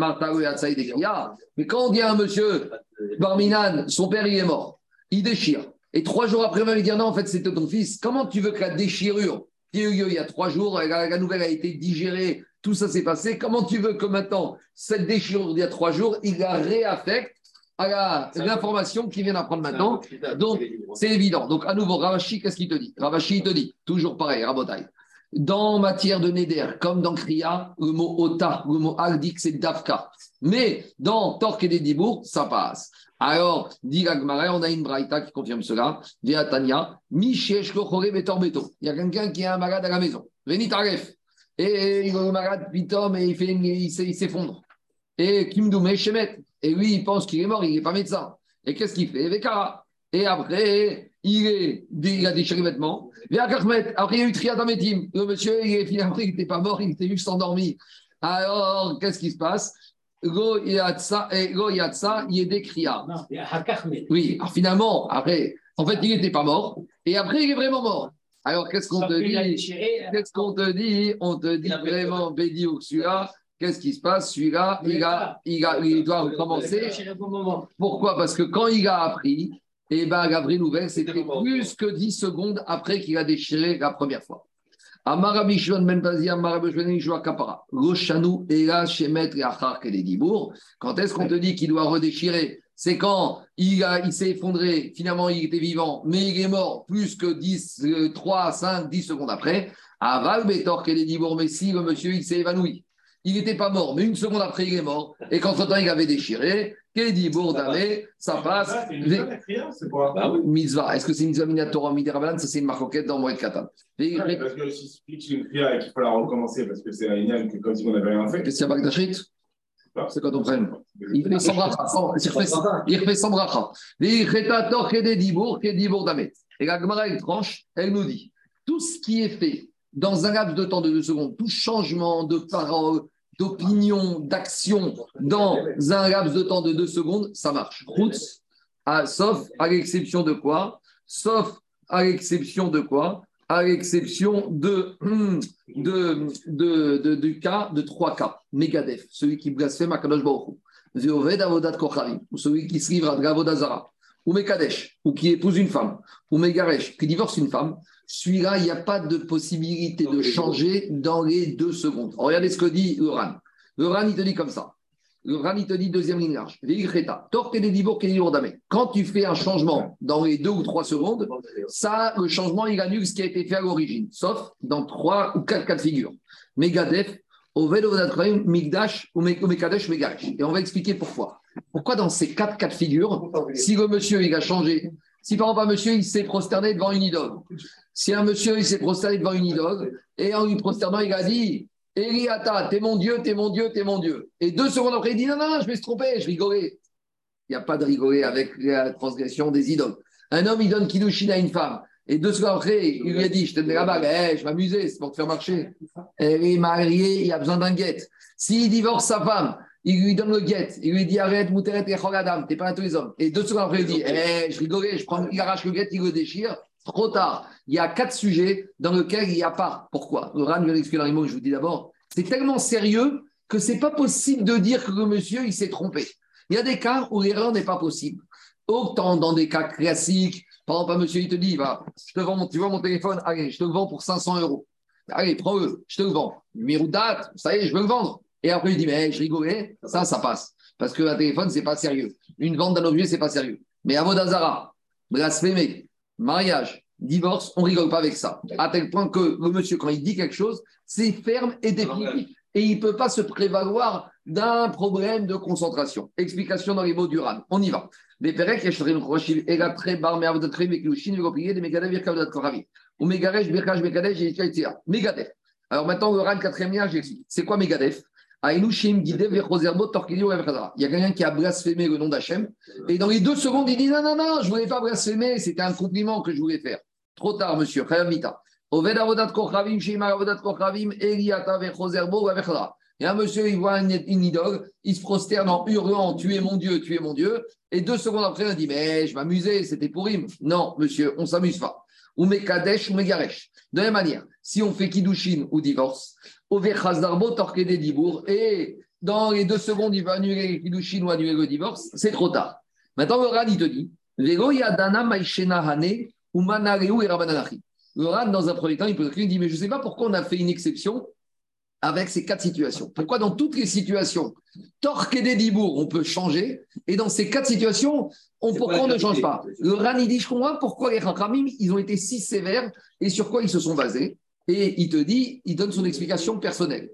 Speaker 2: mais quand on dit à un monsieur, Barminan, son père, il est mort, il déchire. Et trois jours après, il va lui dire non, en fait, c'était ton fils. Comment tu veux que la déchirure qui a eu lieu il y a trois jours, la, la nouvelle a été digérée, tout ça s'est passé. Comment tu veux que maintenant, cette déchirure d'il y a trois jours, il la réaffecte à l'information qu'il vient d'apprendre maintenant? Donc, c'est évident. Donc, à nouveau, Ravashi, qu'est-ce qu'il te dit? Ravashi, il te dit, toujours pareil, Rabotai. Dans matière de Neder, comme dans Kriya, le mot Ota, le mot Al dit que c'est Davka. Mais dans Torque et des Dibour, ça passe. Alors, dit l'Agmara, on a une braïta qui confirme cela. Véatania, Michesh Lochore Betor Beto. Il y a quelqu'un qui a un malade à la maison. Venit Aref. Et il est malade, pitom, et il, fait, il s'effondre. Et Kimdoumé Shemet. Et lui, il pense qu'il est mort, il n'est pas médecin. Et qu'est-ce qu'il fait? Vekara. Et après, il, est, il a déchiré les vêtements. Après, il y a eu Triadametim. Le monsieur, il est, finalement, il n'était pas mort, il était juste endormi. Alors, qu'est-ce qui se passe? Go Yatsa, Go Yatsa, il est décrit. Oui, alors finalement, après, en fait, il n'était pas mort. Et après, il est vraiment mort. Alors, qu'est-ce qu'on te dit? Qu'est-ce qu'on te dit? On te dit vraiment, Bédi ou celui-là, qu'est-ce qui se passe? Celui-là, il, a, il, a, il doit recommencer. Pourquoi? Parce que quand il a appris, eh ben, la vraie nouvelle, c'était plus que dix secondes après qu'il a déchiré la première fois. Amarabishwan ben Bazi, Amarabishwan Joa Kapara. Roshanu Ela Shemet Yachar Keledibour. Quand est-ce qu'on te dit qu'il doit redéchirer? C'est quand il, a, il s'est effondré, finalement il était vivant, mais il est mort plus que dix, trois, cinq, dix secondes après. Aval Betor Keledibour, mais si le monsieur il s'est évanoui. Il n'était pas mort, mais une seconde après il est mort. Et qu'entre-temps il avait déchiré. Keledibour Damé, ça passe.
Speaker 5: C'est une mitzvah, c'est quoi?
Speaker 2: Bah oui, mitzvah. Est-ce que c'est une mitzvah minatora ou midirabanan? Ça, c'est une marcoquette dans Moed Katan.
Speaker 5: Ouais, parce que si c'est une prière et qu'il faut la recommencer parce que c'est un igname que comme si on n'avait rien fait.
Speaker 2: Qu'est-ce qu'il y a Bagdashrit? C'est quoi ton problème? Il fait sans bracha. Il refait sans bracha. Et la Gemara, elle tranche, elle nous dit tout ce qui est fait dans un laps de temps de deux secondes, tout changement de parole, d'opinion, d'action dans un laps de temps de deux secondes, ça marche. Routz, à, sauf à l'exception de quoi? Sauf à l'exception de quoi? À l'exception de, de, de, de, du cas de trois cas. Megadef, celui qui blasphème à Kadosh Baruch Hu. Ve'oved avodat kocharim, ou celui qui se livre à Avodah Zara. Ou Mekadesh, ou qui épouse une femme. Ou Megaresh, qui divorce une femme. Celui-là, il n'y a pas de possibilité de changer dans les deux secondes. Regardez ce que dit le Ran. Le Ran, il te dit comme ça. Le Ran, il te dit deuxième ligne large. Quand tu fais un changement dans les deux ou trois secondes, ça, le changement, il annule ce qui a été fait à l'origine, sauf dans trois ou quatre cas de figure. Megadef, Oved Ovadatkraim, Migdash ou Mekadesh, Megaresh. Et on va expliquer pourquoi. Pourquoi dans ces quatre cas de figure, si le monsieur, il a changé, si par exemple un monsieur, il s'est prosterné devant une idole, si un monsieur, il s'est prosterné devant une idole, et en lui prosternant, il a dit Eliata, t'es mon Dieu, t'es mon Dieu, t'es mon Dieu. Et deux secondes après, il dit non, non, je me suis trompé, je rigolais. Il n'y a pas de rigoler avec la transgression des idoles. Un homme, il donne Kiddushin à une femme. Et deux secondes après, il lui a dit je te donne la bague, hey, je m'amusais, c'est pour te faire marcher. Elle est mariée, il a besoin d'un guet. S'il divorce sa femme, il lui donne le guet. Il lui dit arrête, mouteret et choladam, t'es pas un tous les hommes. Et deux secondes après, il dit hey, je rigolais, je prends, il arrache le guet, il le déchire. Trop tard. Il y a quatre sujets dans lesquels il n'y a pas. Pourquoi? Le Ran vient d'expliquer dans les mots, je vous dis d'abord, c'est tellement sérieux que ce n'est pas possible de dire que le monsieur, il s'est trompé. Il y a des cas où l'erreur n'est pas possible. Autant dans des cas classiques, par exemple, un monsieur, il te dit, va, je te vends mon, tu vois mon téléphone, allez, je te le vends pour cinq cents euros. Allez, prends-le, je te le vends. Numéro de date, ça y est, je veux le vendre. Et après, il dit, mais je rigolais, ça, ça passe. Parce qu'un téléphone, ce n'est pas sérieux. Une vente d'un objet, ce n'est pas sérieux. Mais Avodah Zara, blasphémé, mariage, divorce, on ne rigole pas avec ça. À tel point que le monsieur, quand il dit quelque chose, c'est ferme et définitif. et il ne peut pas se prévaloir d'un problème de concentration. Explication dans les mots du Ran. On y va. Alors maintenant, le Ran, quatrième lien, j'explique. C'est quoi Megadef? Il y a quelqu'un qui a blasphémé le nom d'Hachem, et dans les deux secondes, il dit non, non, non, je ne voulais pas blasphémer, c'était un compliment que je voulais faire. Trop tard, monsieur. Il y a un monsieur, il voit une, une idole, il se prosterne en hurlant, tu es mon Dieu, tu es mon Dieu, et deux secondes après, il dit, mais je m'amusais, c'était pour rime. Non, monsieur, on ne s'amuse pas. Ou Mekadesh ou Megaresh. De la même manière, si on fait Kiddushin ou divorce, et dans les deux secondes, il va annuler les Kiddushin ou annuler le divorce, c'est trop tard. Maintenant, le Ran, il te dit, le Ran, dans un premier temps, il, peut, il dit, mais je ne sais pas pourquoi on a fait une exception avec ces quatre situations. Pourquoi dans toutes les situations, torque et des dibours, on peut changer, et dans ces quatre situations, on, pourquoi on ne change pas? Le Ran, il dit, je comprends pourquoi les Chachamim, ils ont été si sévères et sur quoi ils se sont basés. Et il te dit, il donne son explication personnelle.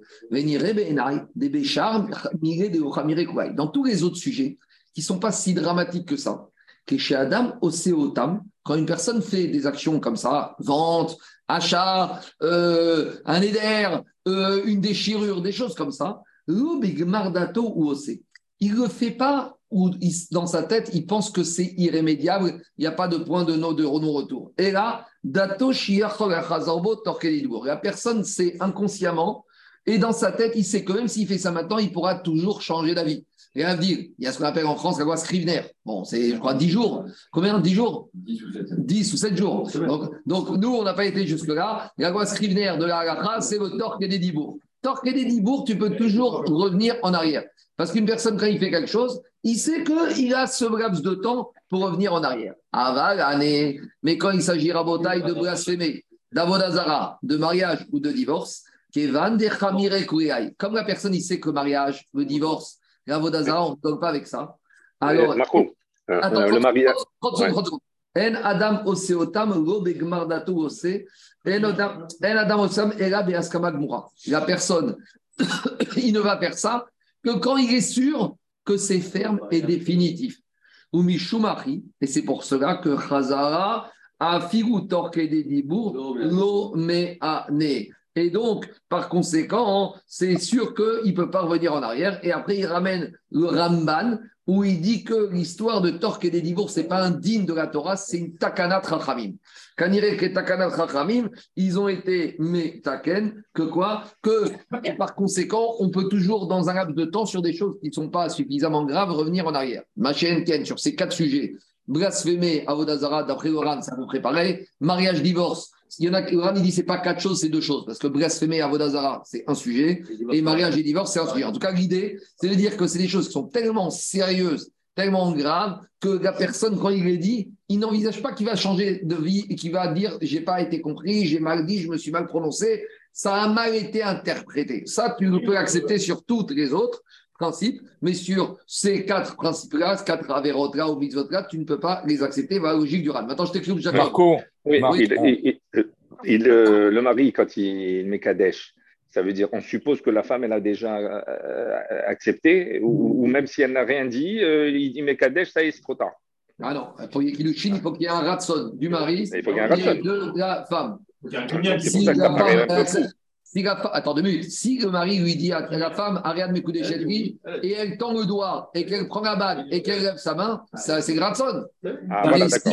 Speaker 2: Dans tous les autres sujets, qui ne sont pas si dramatiques que ça, que chez Adam, Oseotam, quand une personne fait des actions comme ça, vente, achat, euh, un éder, euh, une déchirure, des choses comme ça, il ne le fait pas où il, dans sa tête, il pense que c'est irrémédiable, il n'y a pas de point de non-retour. Et là, dato la personne sait inconsciemment, et dans sa tête, il sait que même s'il fait ça maintenant, il pourra toujours changer d'avis. Et à dire, il y a ce qu'on appelle en France la loi Scrivener. Bon, c'est, je crois, dix jours. Combien? dix jours? dix ou sept jours. Donc, donc nous, on n'a pas été jusque-là. La loi Scrivener de la halakha, c'est le torque des dibours. Torque des dibours, tu peux toujours revenir en arrière. Parce qu'une personne, quand il fait quelque chose, il sait qu'il a ce laps de temps pour revenir en arrière. Aval, année. Mais quand il s'agit à Botaï de blasphémer, d'avodazara, de mariage ou de divorce, Kevan de Chamire Kouéaï. Comme la personne, il sait que mariage, le divorce, l'avodazara, on ne donne pas avec ça. Alors,
Speaker 7: Marco, euh,
Speaker 2: attends,
Speaker 7: euh, le mariage.
Speaker 2: trente secondes, trente secondes. En Adam Oseotam, Lo Begmardatu Ose, En Adam Osam, Ela Beaskama Gmura. La personne, il ne va faire ça que quand il est sûr que c'est ferme et définitif. Ou Mishumari, et c'est pour cela que Chazara a figu torque des dibour lo meane. Et donc, par conséquent, c'est sûr qu'il ne peut pas revenir en arrière. Et après, il ramène le Ramban, où il dit que l'histoire de Torque et des divorces, ce n'est pas un digne de la Torah, c'est une takanat rachamim. Quand il que takanat rachamim, ils ont été metaken, que quoi? Que, par conséquent, on peut toujours, dans un laps de temps, sur des choses qui ne sont pas suffisamment graves, revenir en arrière. Machen Ken, sur ces quatre sujets, blasphémer, avodazara, d'après Oran, c'est à peu près pareil. Mariage, divorce. Il y en a qui, Oran, il dit c'est pas quatre choses, c'est deux choses. Parce que blasphémer, avodazara, c'est un sujet. Et mariage et divorce, c'est un sujet. En tout cas, l'idée, c'est de dire que c'est des choses qui sont tellement sérieuses, tellement graves, que la personne, quand il les dit, il n'envisage pas qu'il va changer de vie et qu'il va dire j'ai pas été compris, j'ai mal dit, je me suis mal prononcé. Ça a mal été interprété. Ça, tu peux l'accepter sur toutes les autres principes, mais sur ces quatre principes-là, ces quatre avérotes-là ou mitzvot-là, tu ne peux pas les accepter, va la logique du Ran. Maintenant, je t'explique.
Speaker 7: Marco, oui,
Speaker 2: Marco.
Speaker 7: Il, il, il, il, euh, le mari, quand il met Kadesh, ça veut dire, on suppose que la femme, elle a déjà euh, accepté, ou, ou même si elle n'a rien dit, euh, il dit Mekadesh, ça y est, c'est trop tard.
Speaker 2: Ah non, pour qu'il y ait Kiddushin, il faut qu'il y ait un ratson du mari
Speaker 7: il faut qu'il y ait un ratson
Speaker 2: de la femme.
Speaker 5: Il y a un combien
Speaker 7: C'est pour ça que ça paraît un peu fou.
Speaker 2: Si la fa... Attends deux minutes. Si le mari lui dit à la femme, Ariane m'écoute chez lui, et elle tend le doigt, et qu'elle prend la bague, et qu'elle lève sa main, ça, c'est Gratson.
Speaker 7: Ah, voilà, d'accord.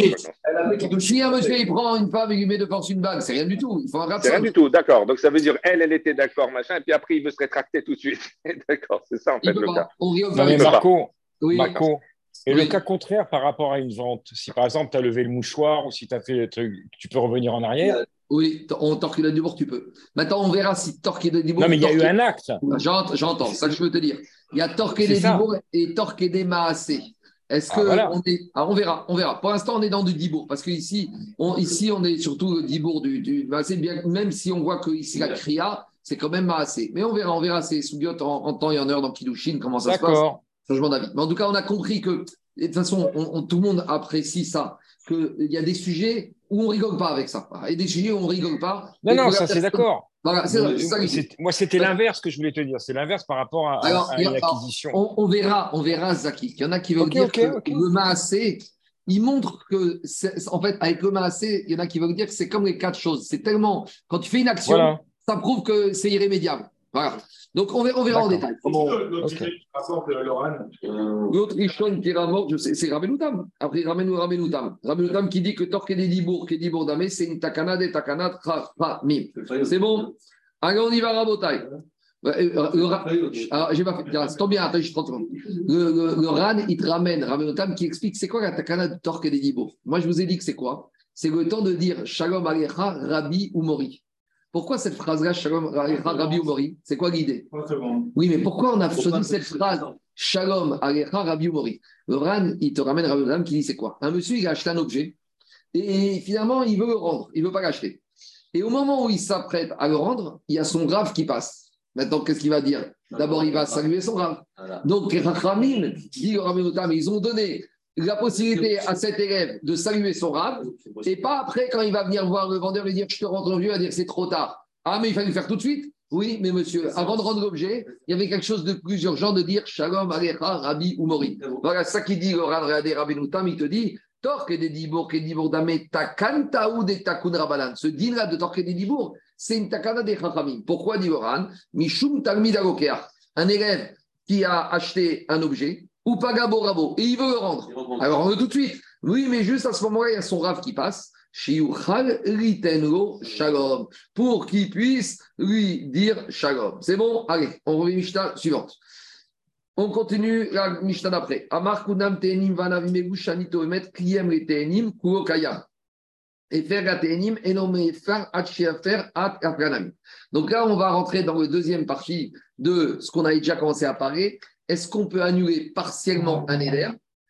Speaker 2: Si un monsieur il prend une femme et lui met de force une bague, c'est rien du tout. Il faut un Gratson.
Speaker 7: C'est rien du tout, d'accord. Donc ça veut dire, elle, elle était d'accord, machin, et puis après, il veut se rétracter tout de suite. D'accord, c'est ça en fait le cas.
Speaker 2: On
Speaker 8: non, mais Marco,
Speaker 2: oui.
Speaker 8: Marco, et
Speaker 2: oui.
Speaker 8: le cas contraire par rapport à une vente, si par exemple tu as levé le mouchoir ou si tu as fait le truc, tu peux revenir en arrière.
Speaker 2: Oui, on torque le dibour, tu peux. Maintenant, on verra si torque le dibour.
Speaker 8: Non, mais il y a eu un acte.
Speaker 2: J'entends, j'entends, ça que je veux te dire. Il y a torque des dibour et torque des maasé. Est-ce que ah, voilà. on est. Alors, on verra, on verra. Pour l'instant, on est dans du dibour parce qu'ici, on, ici, on est surtout le dibour du, du maasé, bien, même si on voit que ici la kriya, c'est quand même maasé. Mais on verra, on verra ces soubiotes en, en temps et en heure dans Kiddushin, comment ça
Speaker 8: D'accord.
Speaker 2: se passe. Changement d'avis. Mais en tout cas, on a compris que, de toute façon, on, on, tout le monde apprécie ça, qu'il y a des sujets où on ne rigole pas avec ça. Et des sujets où on ne rigole pas.
Speaker 8: Non, non, ça, c'est d'accord.
Speaker 2: Voilà, c'est
Speaker 8: Mais,
Speaker 2: ça,
Speaker 8: oui,
Speaker 2: ça
Speaker 8: moi, c'était l'inverse que je voulais te dire. C'est l'inverse par rapport à,
Speaker 2: alors,
Speaker 8: à, à
Speaker 2: il y a-
Speaker 8: une
Speaker 2: alors,
Speaker 8: acquisition.
Speaker 2: on, on verra, on verra, Zaki. Il y en a qui veulent
Speaker 8: Ok,
Speaker 2: dire
Speaker 8: ok,
Speaker 2: que
Speaker 8: ok.
Speaker 2: le Maasé, il montre que, c'est- en fait, avec le Maasé, il y en a qui veulent dire que c'est comme les quatre choses. C'est tellement, quand tu fais une action,
Speaker 8: Voilà.
Speaker 2: ça prouve que c'est irrémédiable. Voilà. Donc, on verra, on verra en
Speaker 8: D'accord.
Speaker 2: détail. Comment-
Speaker 5: L'autre
Speaker 8: Ok.
Speaker 5: qui rassemble Loran.
Speaker 2: L'autre Rishon qui ramorte, je sais, c'est Rabbenoutam. Après, il ramène Rabbenoutam. Rabbenoutam qui dit que Torque des Dibour, qui Dibour Damé, c'est une takana des takana mim. C'est bon? Allez, on y va, Rabotai. Euh, euh, le Ra- Alors, j'ai pas fait. C'est bien, attends, je trente secondes. Le, le, le Ran, il te ramène Rabbenoutam qui explique c'est quoi la takana de Torque des Dibour. Moi, je vous ai dit que c'est quoi? C'est le temps de dire Shalom Alecha, Rabbi ou Mori. Pourquoi cette phrase-là, Shalom Alecha, Rabbi ou Mori? C'est quoi l'idée?
Speaker 5: trente secondes.
Speaker 2: Oui, mais pourquoi on a choisi cette phrase Shalom Alecha Rabbi Mori? Le Ran, il te ramène Rabbi Ram qui dit c'est quoi? Un monsieur, il a acheté un objet et finalement, il veut le rendre, il ne veut pas l'acheter. Et au moment où il s'apprête à le rendre, il y a son grave qui passe. Maintenant, qu'est-ce qu'il va dire? D'abord, il va saluer son grave. Donc, les Rachamim, dit le Rabbi Ram, ils ont donné la possibilité à cet élève de saluer son rab, et pas après, quand il va venir voir le vendeur, lui dire je te rends ton vieux, il va dire c'est trop tard. Ah, mais il fallait le faire tout de suite? Oui, mais monsieur, avant de rendre l'objet, il y avait quelque chose de plus urgent de dire Shalom Alecha, Rabbi ou Mori. Voilà, ça qui dit le Rabbi Rabbenoutam, il te dit Torque des Dibour, que Dibour Damé, Takan Taou de Takun Rabanan. Ce din-là de Torque des Dibour, c'est une takana des Chachamim. Pourquoi dit le Ran? Mishum Talmid Alokeach. Un élève qui a acheté un objet, ou Pagabo Rabo, et il veut le rendre. Alors, on veut tout de suite. Oui, mais juste à ce moment-là, il y a son rave qui passe. Shiuchal ritenlo shalom. Pour qu'il puisse lui dire shalom. C'est bon? Allez, on revient Mishnah suivante. On continue la Mishnah d'après. Amar kunam te'enim vanavimegu shanito emet kliem le te'enim kuo kayam. Et faire la te'enim et non mais faire faire at afranami. Donc là, on va rentrer dans la deuxième partie de ce qu'on avait déjà commencé à parler. Est-ce qu'on peut annuler partiellement un éder?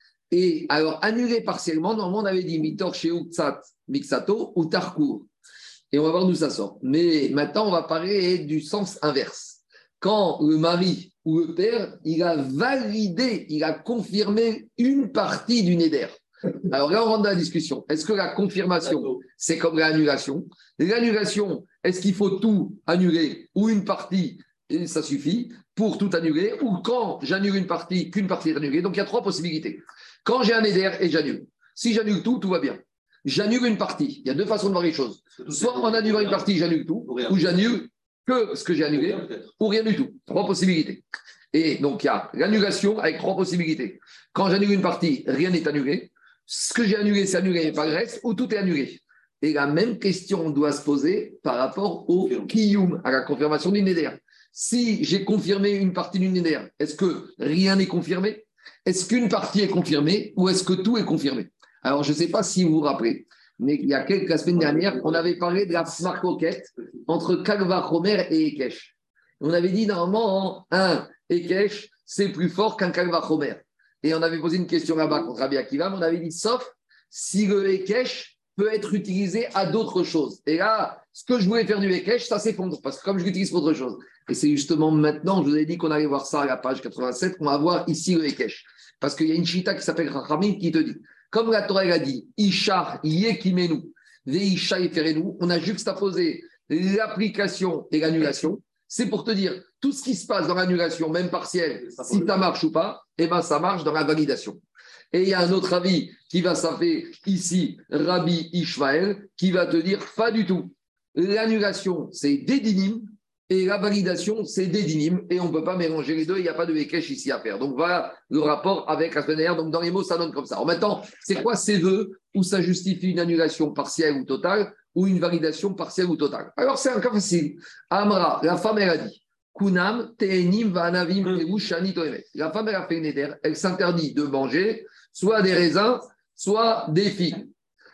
Speaker 2: Et alors, annuler partiellement, normalement, on avait dit mitor chez Uktsat, Mixato ou Tarkour. Et on va voir d'où ça sort. Mais maintenant, on va parler du sens inverse. Quand le mari ou le père, il a validé, il a confirmé une partie du néder. Alors là, on rentre dans la discussion. Est-ce que la confirmation, c'est comme l'annulation? L'annulation, est-ce qu'il faut tout annuler ou une partie, et ça suffit pour tout annuler, ou quand j'annule une partie, qu'une partie est annulée? Donc il y a trois possibilités. Quand j'ai un éder et j'annule. Si j'annule tout, tout va bien. J'annule une partie. Il y a deux façons de voir les choses. Soit en annulant une partie, j'annule tout, ou j'annule que ce que j'ai annulé, ou rien du tout. Trois possibilités. Et donc il y a l'annulation avec trois possibilités. Quand j'annule une partie, rien n'est annulé. Ce que j'ai annulé, c'est annulé, pas le reste, ou tout est annulé. Et la même question doit se poser par rapport au kiyum, à la confirmation du néder. Si j'ai confirmé une partie du néder, est-ce que rien n'est confirmé? Est-ce qu'une partie est confirmée ou est-ce que tout est confirmé? Alors, je ne sais pas si vous vous rappelez, mais il y a quelques la semaine dernière, on avait parlé de la marcoquette entre Kalva Chomer et Ekesh. On avait dit normalement, un Ekesh, c'est plus fort qu'un Kalva Chomer. Et on avait posé une question là-bas contre Rabbi Akiva, mais on avait dit sauf si le Ekesh peut être utilisé à d'autres choses. Et là, ce que je voulais faire du Ekesh, ça s'effondre, parce que comme je l'utilise pour autre chose. Et c'est justement maintenant, je vous avais dit qu'on allait voir ça à la page quatre-vingt-sept, qu'on va voir ici le Ekesh. Parce qu'il y a une chita qui s'appelle Rachamim qui te dit, comme la Torah a dit, Ishar yekimenu, veisha yeferenu, on a juxtaposé l'application et l'annulation. C'est pour te dire, tout ce qui se passe dans l'annulation, même partielle, si ça marche ou pas, eh ben ça marche dans la validation. Et il y a un autre avis qui va s'appeler ici, Rabbi Ishmael, qui va te dire, pas du tout. L'annulation, c'est des dinim, et la validation, c'est des dinim, et on ne peut pas mélanger les deux, il n'y a pas de Ekesh ici à faire. Donc voilà le rapport avec la semaine dernière. Donc dans les mots, ça donne comme ça. Alors maintenant, c'est quoi ces vœux où ça justifie une annulation partielle ou totale, ou une validation partielle ou totale? Alors c'est un cas facile. Amra, la femme, elle a dit, Kunam, Te'enim, Vanavim, Perushani, Toemet. La femme, elle a fait une éder, elle s'interdit de manger soit des raisins, soit des figues.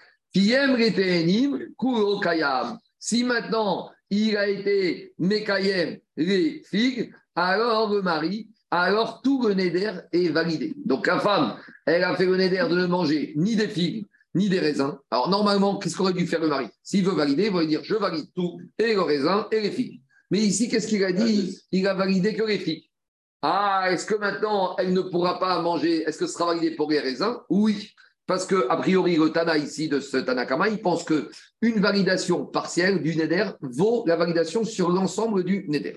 Speaker 2: Kiem Te'enim, Kuro Kayam. Si maintenant, il a été Mekayem les figues, alors le mari, alors tout le néder est validé. Donc la femme, elle a fait le néder de ne manger ni des figues, ni des raisins. Alors normalement, qu'est-ce qu'aurait dû faire le mari? S'il veut valider, il va dire je valide tout, et le raisin et les figues. Mais ici, qu'est-ce qu'il a dit? Il a validé que les figues. Ah, est-ce que maintenant, elle ne pourra pas manger? Est-ce que ce sera validé pour les raisins? Oui. Parce que, a priori, le Tana ici de ce Tanakama, il pense qu'une validation partielle du Neder vaut la validation sur l'ensemble du Neder.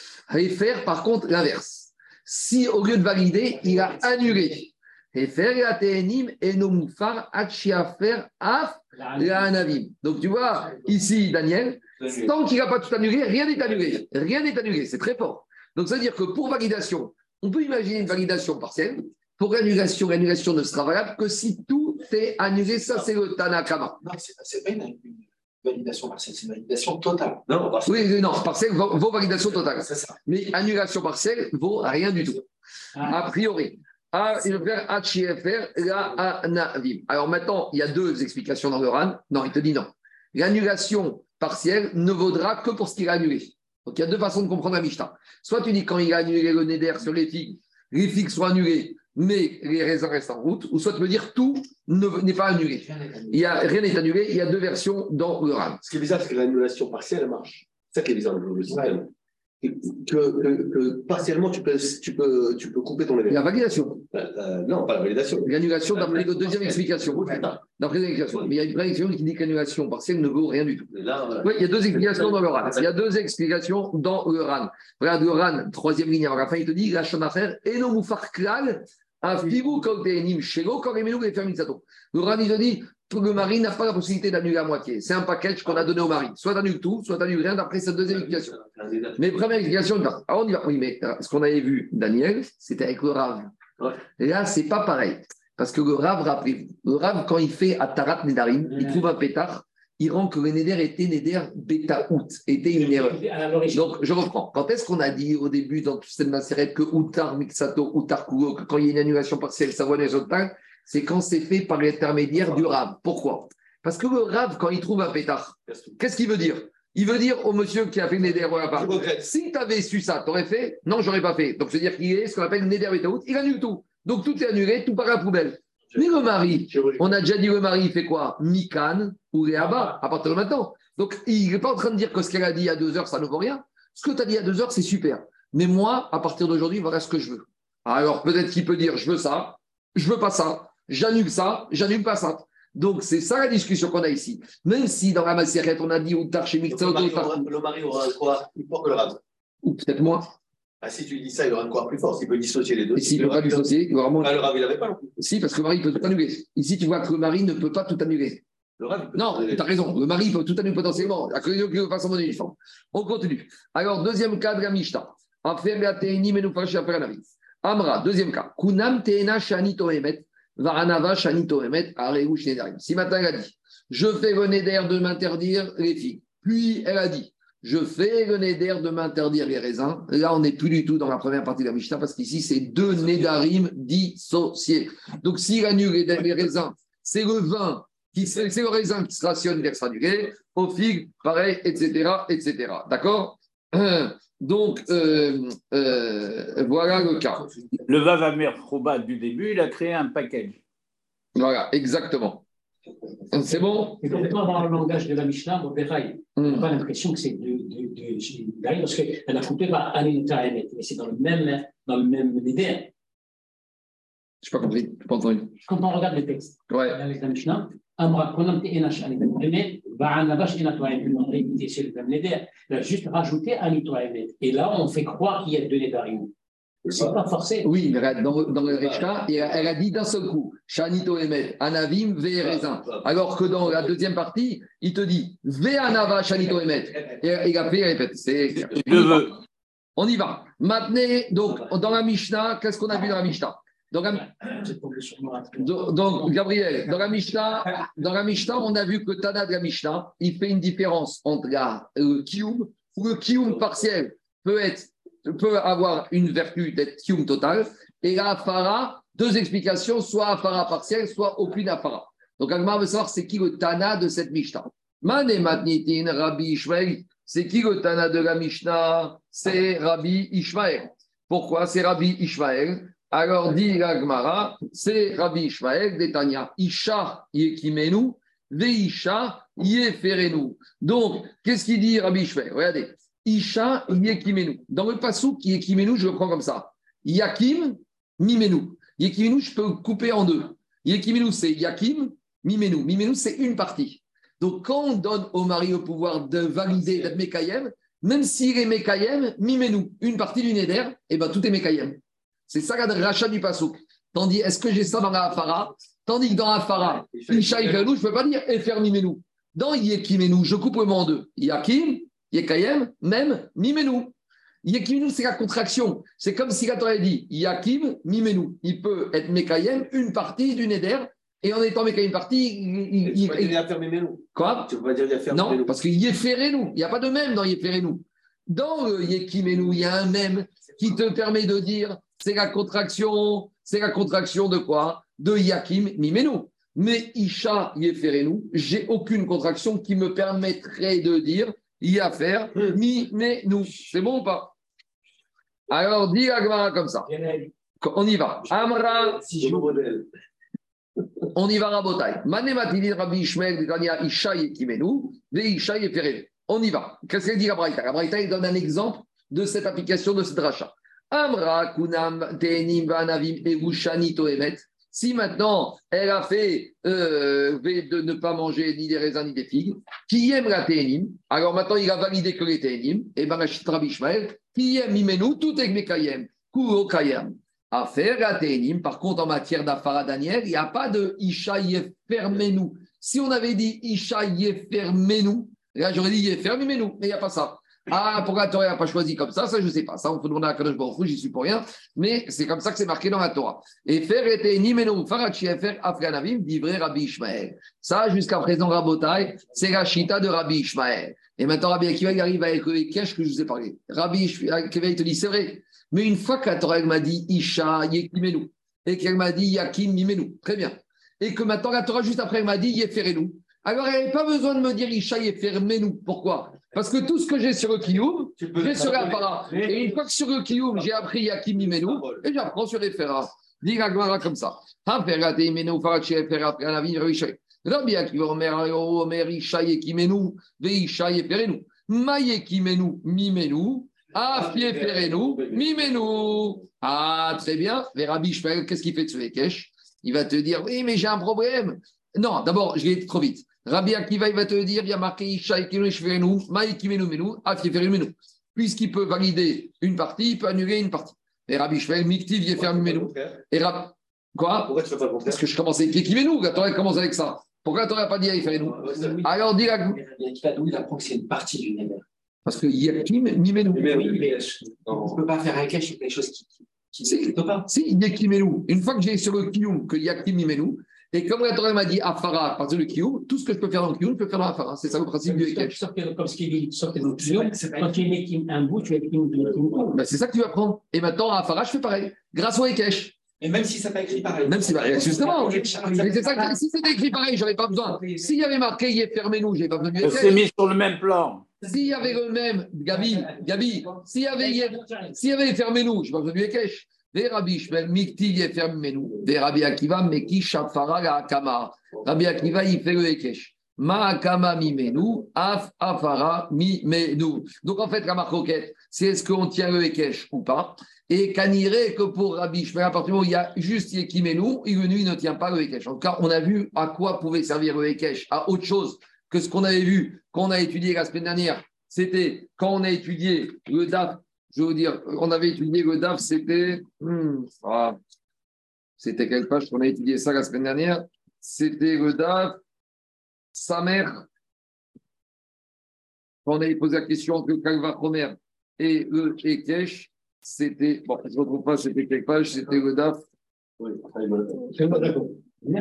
Speaker 2: Et faire, par contre, l'inverse. Si, au lieu de valider, il a annulé. Et faire la Tehenim et no Moufar, Achiafer, Af, la Anavim. Donc, tu vois, ici, Daniel, tant qu'il n'a pas tout annulé, rien n'est annulé. Rien n'est annulé. C'est très fort. Donc, ça veut dire que pour validation, on peut imaginer une validation partielle. Pour l'annulation, l'annulation ne sera valable que si tout est annulé. Ça, c'est le Tanakama.
Speaker 9: Non, ce n'est pas une, une validation partielle, c'est une validation totale. Non, partielle.
Speaker 2: Oui, non, partielle vaut, vaut validation totale.
Speaker 9: C'est ça.
Speaker 2: Mais annulation partielle vaut rien du tout.
Speaker 6: Ah.
Speaker 2: A priori. A, il veut faire H I F R, la Anavim. Alors maintenant, il y a deux explications dans le Ran. Non, il te dit non. L'annulation partielle ne vaudra que pour ce qu'il a annulé. Donc il y a deux façons de comprendre la Mishnah. Soit tu dis quand il a annulé le Neder sur les figues, les figues sont annulées, mais les raisins restent en route, ou soit tu veux dire tout ne, n'est pas annulé. Il y a, rien n'est annulé, il y a deux versions dans le Ran.
Speaker 4: Ce qui est bizarre, c'est que l'annulation partielle, elle marche. C'est ça qui est bizarre dans le système. Que, que, que partiellement, tu peux, tu, peux, tu peux couper ton événement.
Speaker 2: La validation.
Speaker 4: Euh, euh, non, pas la validation.
Speaker 2: L'annulation, d'après la deuxième explication. D'après l'explication. Mais il y a une prédiction qui dit que l'annulation partielle ne vaut rien du tout.
Speaker 4: Là,
Speaker 2: oui, il y a deux explications dans le Ran. Il y a deux explications dans le Ran. Regarde le Ran, troisième ligne avant la fin, il te dit la Shonaffer, et non moufar klal, afivu koltenim shelo, koremenu et fermitzato. Le Ran, il te dit le mari n'a pas la possibilité d'annuler à moitié. C'est un package qu'on a donné au mari. Soit t'annules tout, soit t'annules rien d'après cette deuxième explication. Mais première explication, alors on y va. Oui, mais ce qu'on avait vu, Daniel, c'était avec le Rav. Ouais. Et là, c'est pas pareil. Parce que le Rav, rappelez-vous, le Rav, quand il fait Atarat Nedarim, ouais. il trouve un pétard, il rend que le Neder était Neder Beta-Out, était une erreur. Donc, je reprends. Quand est-ce qu'on a dit au début dans toute cette macérette que Outar Mixato, Outar Kugo, que quand il y a une annulation partielle, ça vaut les autres temps, c'est quand c'est fait par l'intermédiaire du Rav. Pourquoi ? Parce que le Rav, quand il trouve un pétard, qu'est-ce qu'il veut dire ? Il veut dire au monsieur qui a fait le Neder à la part, si tu avais su ça, tu aurais fait ? Non, je n'aurais pas fait. Donc, c'est-à-dire qu'il est ce qu'on appelle Neder Beta-Out, il annule tout. Donc, tout est annulé, tout part à la poubelle. Mais le mari, on a déjà dit le mari, il fait quoi ? Mikan ou Réaba, à partir de maintenant. Donc, il n'est pas en train de dire que ce qu'elle a dit il y a deux heures, ça ne vaut rien. Ce que tu as dit il y a deux heures, c'est super. Mais moi, à partir d'aujourd'hui, voilà ce que je veux. Alors, peut-être qu'il peut dire, je veux ça, je veux pas ça. J'annule ça, j'annule pas ça. Donc, c'est ça la discussion qu'on a ici. Même si dans la Masérette, on a dit Outar chez Mixta,
Speaker 4: le mari aura un quoi plus fort que le Rav.
Speaker 2: Ou peut-être moins.
Speaker 4: Ah, si tu dis ça, il aura un quoi plus fort. S'il peut dissocier les deux.
Speaker 2: Et s'il ne peut pas dissocier, il aura moins.
Speaker 4: Ah, le Rav, il n'avait pas non plus.
Speaker 2: Si, parce que le mari peut tout annuler. Ici, tu vois que le mari ne peut pas tout annuler.
Speaker 4: Le Rav, peut
Speaker 2: non, tu as raison. Le mari peut tout annuler potentiellement, à condition qu'il le fasse en mode uniforme. On continue. Alors, deuxième cas de la Mishnah. Amra, deuxième cas. Kunam teena shani toemet. Varanava shani toemet. Areu shnedarim. Si matin, elle a dit, je fais le néder de m'interdire les filles. Puis, elle a dit, je fais le néder de m'interdire les raisins. Là, on n'est plus du tout dans la première partie de la Mishnah parce qu'ici, c'est deux nédarim dissociés. Donc, s'il annule les raisins, c'est le vin, qui, c'est le raisin qui se rationne vers annulé. Aux figues, pareil, et cetera, et cetera. D'accord ? Donc, euh, euh, voilà le cas.
Speaker 1: Le Vavamer Choba du début, il a créé un package.
Speaker 2: Voilà, exactement. C'est bon ?
Speaker 6: Et complètement dans le langage de la Mishnah, on n'a pas l'impression que c'est de, de, de, de parce qu'elle a coupé par Alinta Emet, mais c'est dans le même, dans le même Neder.
Speaker 2: Je n'ai pas compris, je n'ai pas entendu.
Speaker 6: Quand on regarde les textes,
Speaker 2: ouais.
Speaker 6: avec la Mishnah, Amra Konam Te'enash Emet, Va'anabash Enatoa Emet, on aurait été sur le même Neder. Il a juste rajouté Anitoa Emet. Et là, on fait croire qu'il y a deux Nedarim. C'est pas forcé.
Speaker 2: Oui, mais dans, dans le Rishka, elle a dit d'un seul coup, Shanito Emet, Anavim, Ve Raisin. Alors que dans la deuxième partie, il te dit, Ve Anava, Shanito Emet. Et il a fait, il répète. C'est...
Speaker 1: Je veux.
Speaker 2: On y va. Maintenant, donc, dans la Mishnah, qu'est-ce qu'on a vu dans la Mishnah ? Donc, donc, Gabriel, dans la Mishnah, dans la Mishnah, on a vu que Tana de la Mishnah, il fait une différence entre la, le Kiyum, où le Kiyum partiel peut, être, peut avoir une vertu d'être Kiyum total, et la Afara, deux explications, soit Afara partielle, soit aucune Afara. Donc, Agmar veut savoir c'est qui le Tana de cette Mishnah. Mané Matnitin, Rabbi Ishmael, c'est qui le Tana de la Mishnah ? C'est Rabbi Ishmael. Pourquoi c'est Rabbi Ishmael ? Alors, dit la Gemara, c'est Rabbi Ishmael, Détania, Isha yekimenu, veisha yeferenu. Donc, qu'est-ce qu'il dit Rabbi Ishmael ? Regardez, Isha yekimenu. Dans le passou qui yekimenu, je le prends comme ça. Yakim, mimenu. Yekimenu, je peux couper en deux. Yekimenu, c'est Yakim, Mimenu. Mimenu, c'est une partie. Donc, quand on donne au mari le pouvoir de valider, d'être Mekayem, même s'il est Mekayem, Mimenu, une partie du Neder, et ben tout est Mekayem. C'est ça le rachat du Passouk. Tandis, est-ce que j'ai ça dans la Hafara? Tandis que dans la Hafara, Isha Yefenu, je ne peux pas dire Efer Mimenu. Dans Yekimenu, je coupe le mot en deux. Yakim, Yekayem, même Mimenu. Yekimenu, c'est la contraction. C'est comme si la Torah dit Yakim, Mimenu. Il peut être Mekayem, une partie du Neder. Et en étant Mekayem une partie, il.
Speaker 4: Tu ne peux pas dire Yafer Mimenu.
Speaker 2: Quoi?
Speaker 4: Tu ne peux pas dire Yafer Mimenu.
Speaker 2: Non, parce que Yeferenu, il n'y a pas de même dans Yeferenu. Dans le Yekimenu, il y a un même qui te permet de dire c'est la contraction, c'est la contraction de quoi? De Yakim, Mimenu. Mais Isha Yeferenu, j'ai aucune contraction qui me permettrait de dire Yafer, Mimenu. C'est bon ou pas? Alors, dis Agmara comme ça. On y va. Amra. On y va, Rabotai. Manematili Rabbi Ishmael, Dania Isha Yekimenu, Ve Isha Yeferenu. On y va. Qu'est-ce qu'elle dit la Braïta? La Braïta, il donne un exemple de cette application, de cette rachat. Amra Kunam Tenim Vanavim Erushani Toemet. Si maintenant elle a fait euh, de ne pas manger ni des raisins ni des figues, qui aime la Tenim, alors maintenant il a validé que les Tenim, et bien la Rabbi Ishmael, qui aime Mimenu, tout est Mekayem, Kuro Kayam. À faire la Tenim, par contre en matière d'Afara Daniel, il n'y a pas de Isha Yefer Menu. Si on avait dit Isha Yefer Menu, là j'aurais dit Yefer Mimenu, mais il n'y a pas ça. Ah, pourquoi la Torah n'a pas choisi comme ça? Ça, je ne sais pas. Ça, on peut demander à Kadosh Baruch Hu, j'y suis pour rien. Mais c'est comme ça que c'est marqué dans la Torah. Et faire était ni menou, farachi faire afganavim, d'ivrer Rabbi Ishmael. Ça, jusqu'à présent, Rabotai, c'est la chita de Rabbi Ishmael. Et maintenant, Rabbi Akiva, il arrive avec le Kesh que je vous ai parlé. Rabbi Akiva, il te dit, c'est vrai. Mais une fois que la Torah m'a dit Isha Yekimenu, et qu'elle m'a dit Yakim Mimenu, très bien. Et que maintenant, la Torah, juste après, elle m'a dit Yeferenu. Alors, elle n'avait pas besoin de me dire Isha Yefermenu. Pourquoi? Parce que tout ce que j'ai sur le Kiyum, j'ai sur la Para. Et une fois que sur le Kiyum, j'ai appris Yakim Mimenu, et j'apprends sur les Ferra. Dis la Gemara comme ça. Rabbi Akiva Omer Omer Isha Yekimenu, Ve Isha Yeferenu. Ma Yekimenu Mimenu, Af Yeferenu, Mimenu. Ah, très bien. Mais Rabbi Ishmael, qu'est-ce qu'il fait de ce Hekesh? Il va te dire, oui, mais j'ai un problème. Non, d'abord, je vais trop vite. Rabbi Akiva, il va te dire, il y a marqué Isha Yekimenu Shverenu, Ma Yekimenu Menu, Af Yeferenu Menu. Puisqu'il peut valider une partie, il peut annuler une partie. Et Rabbi Ishmael, Miktiv Yeferenu Menu. Et Rabbi. Quoi?
Speaker 4: Pourquoi tu fais pas le contraire?
Speaker 2: Parce que je commence avec Yekimenu, la Torah commence avec ça. Pourquoi la Torah n'a pas dit Yeferenu? Alors, dis la.
Speaker 9: D'où il apprend que c'est une partie du Néder.
Speaker 2: Parce que Yakim Mimenu.
Speaker 9: Mais oui, mais on ne peut pas faire un cache sur quelque chose qui ne peut pas.
Speaker 2: Si, Yakimenu. Une fois que j'ai sur le Kiyum que Yakim Mimenu, et comme la Torah m'a dit Afara à partir du Kiyum, tout ce que je peux faire dans le Kiyum, je peux faire dans Afara. C'est ça le principe du Ekech.
Speaker 6: Comme ce qu'il dit, sauf que dans le Kiyum, quand tu es un bout, tu es Yakim Mimenu.
Speaker 2: Ben, c'est ça que tu vas prendre. Et maintenant, à Afara, je fais pareil. Grâce au Ekech.
Speaker 9: Et même si ça n'a pas écrit pareil.
Speaker 2: Même si, bah, justement, c'est ça que, si c'était écrit pareil, je n'aurais pas besoin. S'il y avait marqué Yefermenu, je n'ai pas besoin du Ekech.
Speaker 1: On s'est mis sur le même plan.
Speaker 2: S'il y avait le même, Gabi, Gabi, s'il y avait, s'il y avait Yefermenu, je n'ai pas besoin du Ekech. Ve Rabbi Ishmael, Mikti Yefermenu. Ve Rabbi Akiva, Meki Shafara la Akama. Rabbi Akiva, il fait le Ekech. Ma Akama Mimenu, Af Afara Mimenu. Donc en fait, la marcoquette, c'est est-ce qu'on tient le Ekech ou pas? Et Kaniré, que pour Rabbi Ishmael, à partir du moment où il y a juste Yekimenu, il ne tient pas le Ekech. En tout cas, on a vu à quoi pouvait servir le Ekech, à autre chose que ce qu'on avait vu quand on a étudié la semaine dernière. C'était quand on a étudié le D A F, je veux dire, on avait étudié le D A F, c'était. Hmm, ah, c'était quelle page qu'on a étudié ça la semaine dernière? C'était le D A F, sa mère. Quand on avait posé la question entre le Kalva Chomer et le Ekech, c'était. Bon, je ne retrouve pas, c'était quelle page? C'était le D A F.
Speaker 4: Oui, d'accord.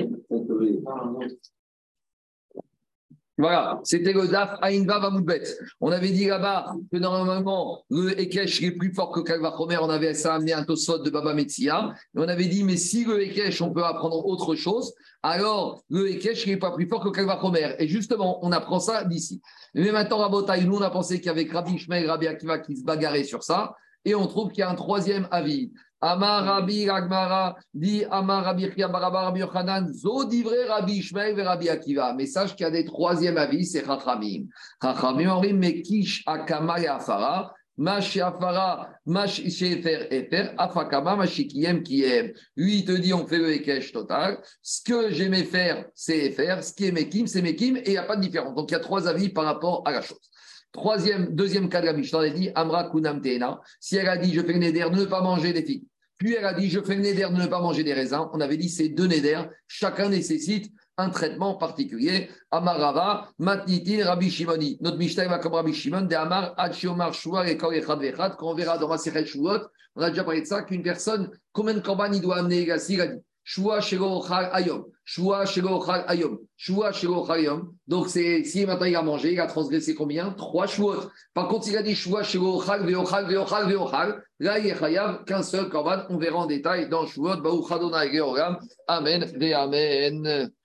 Speaker 2: Voilà, c'était le D A F Aïnva Vamoudbet. On avait dit là-bas que normalement, le Ekech est plus fort que Kalva Chomer. On avait ça amené un Tosfot de Baba Metsia. Et on avait dit, mais si le Ekech, on peut apprendre autre chose, alors le Ekech n'est pas plus fort que Kalva Chomer. Et justement, on apprend ça d'ici. Mais maintenant, Rabotai, nous, on a pensé qu'il y avait Rabbi Ishmael et Rabbi Akiva qui se bagarraient sur ça. Et on trouve qu'il y a un troisième avis. Amar Rabbi Agmara dit Amar Rabbi Chia Baraba Rabbi Yochanan Zo divrei Rabbi Ishmael et Rabbi Akiva. Mais sache qu'il y a des troisième avis, c'est Chachamim. Chachamim Orim Mekish Akama et Afara Mash Afara, Mash Shefer Efer, Afakama, Mashikiem qui aime. Lui, il te dit, on fait le Ekesh total. Ce que j'aimais faire, c'est faire. Ce qui est Mekim, c'est Mekim. Et il n'y a pas de différence. Donc, il y a trois avis par rapport à la chose. Troisième, deuxième cas de la Mishnah, elle a dit, Amra Kunam Teena. Si elle a dit, je fais le Neder de ne pas manger des figues. Puis elle a dit, je fais le Neder de ne pas manger des raisins. On avait dit, c'est deux Neder. Chacun nécessite un traitement particulier. Amarava, Matnitin, Rabbi Shimoni. Notre Mishnah va comme Rabbi Shimon, de Amar, Achiomar, Shua, et Kor Echad Vechad. Quand on verra dans Masechet Shuot, on a déjà parlé de ça, qu'une personne, combien de korban il doit amener? Il a dit, Shua, Shelo, Chal, Ayom. Shua, Shelo, Chal, Ayom. Shua, Shelo, Chal, Ayom. Donc, c'est, si maintenant il a mangé, il a transgressé combien? Trois Shuot. Par contre, il a dit Shua, Shelo, Chal, Veochal, Veochal, Veochal. Là, il est chayav qu'un seul korban. On verra en détail dans Shuot. Baou Chadona, Georgam. Amen, Ve Amen.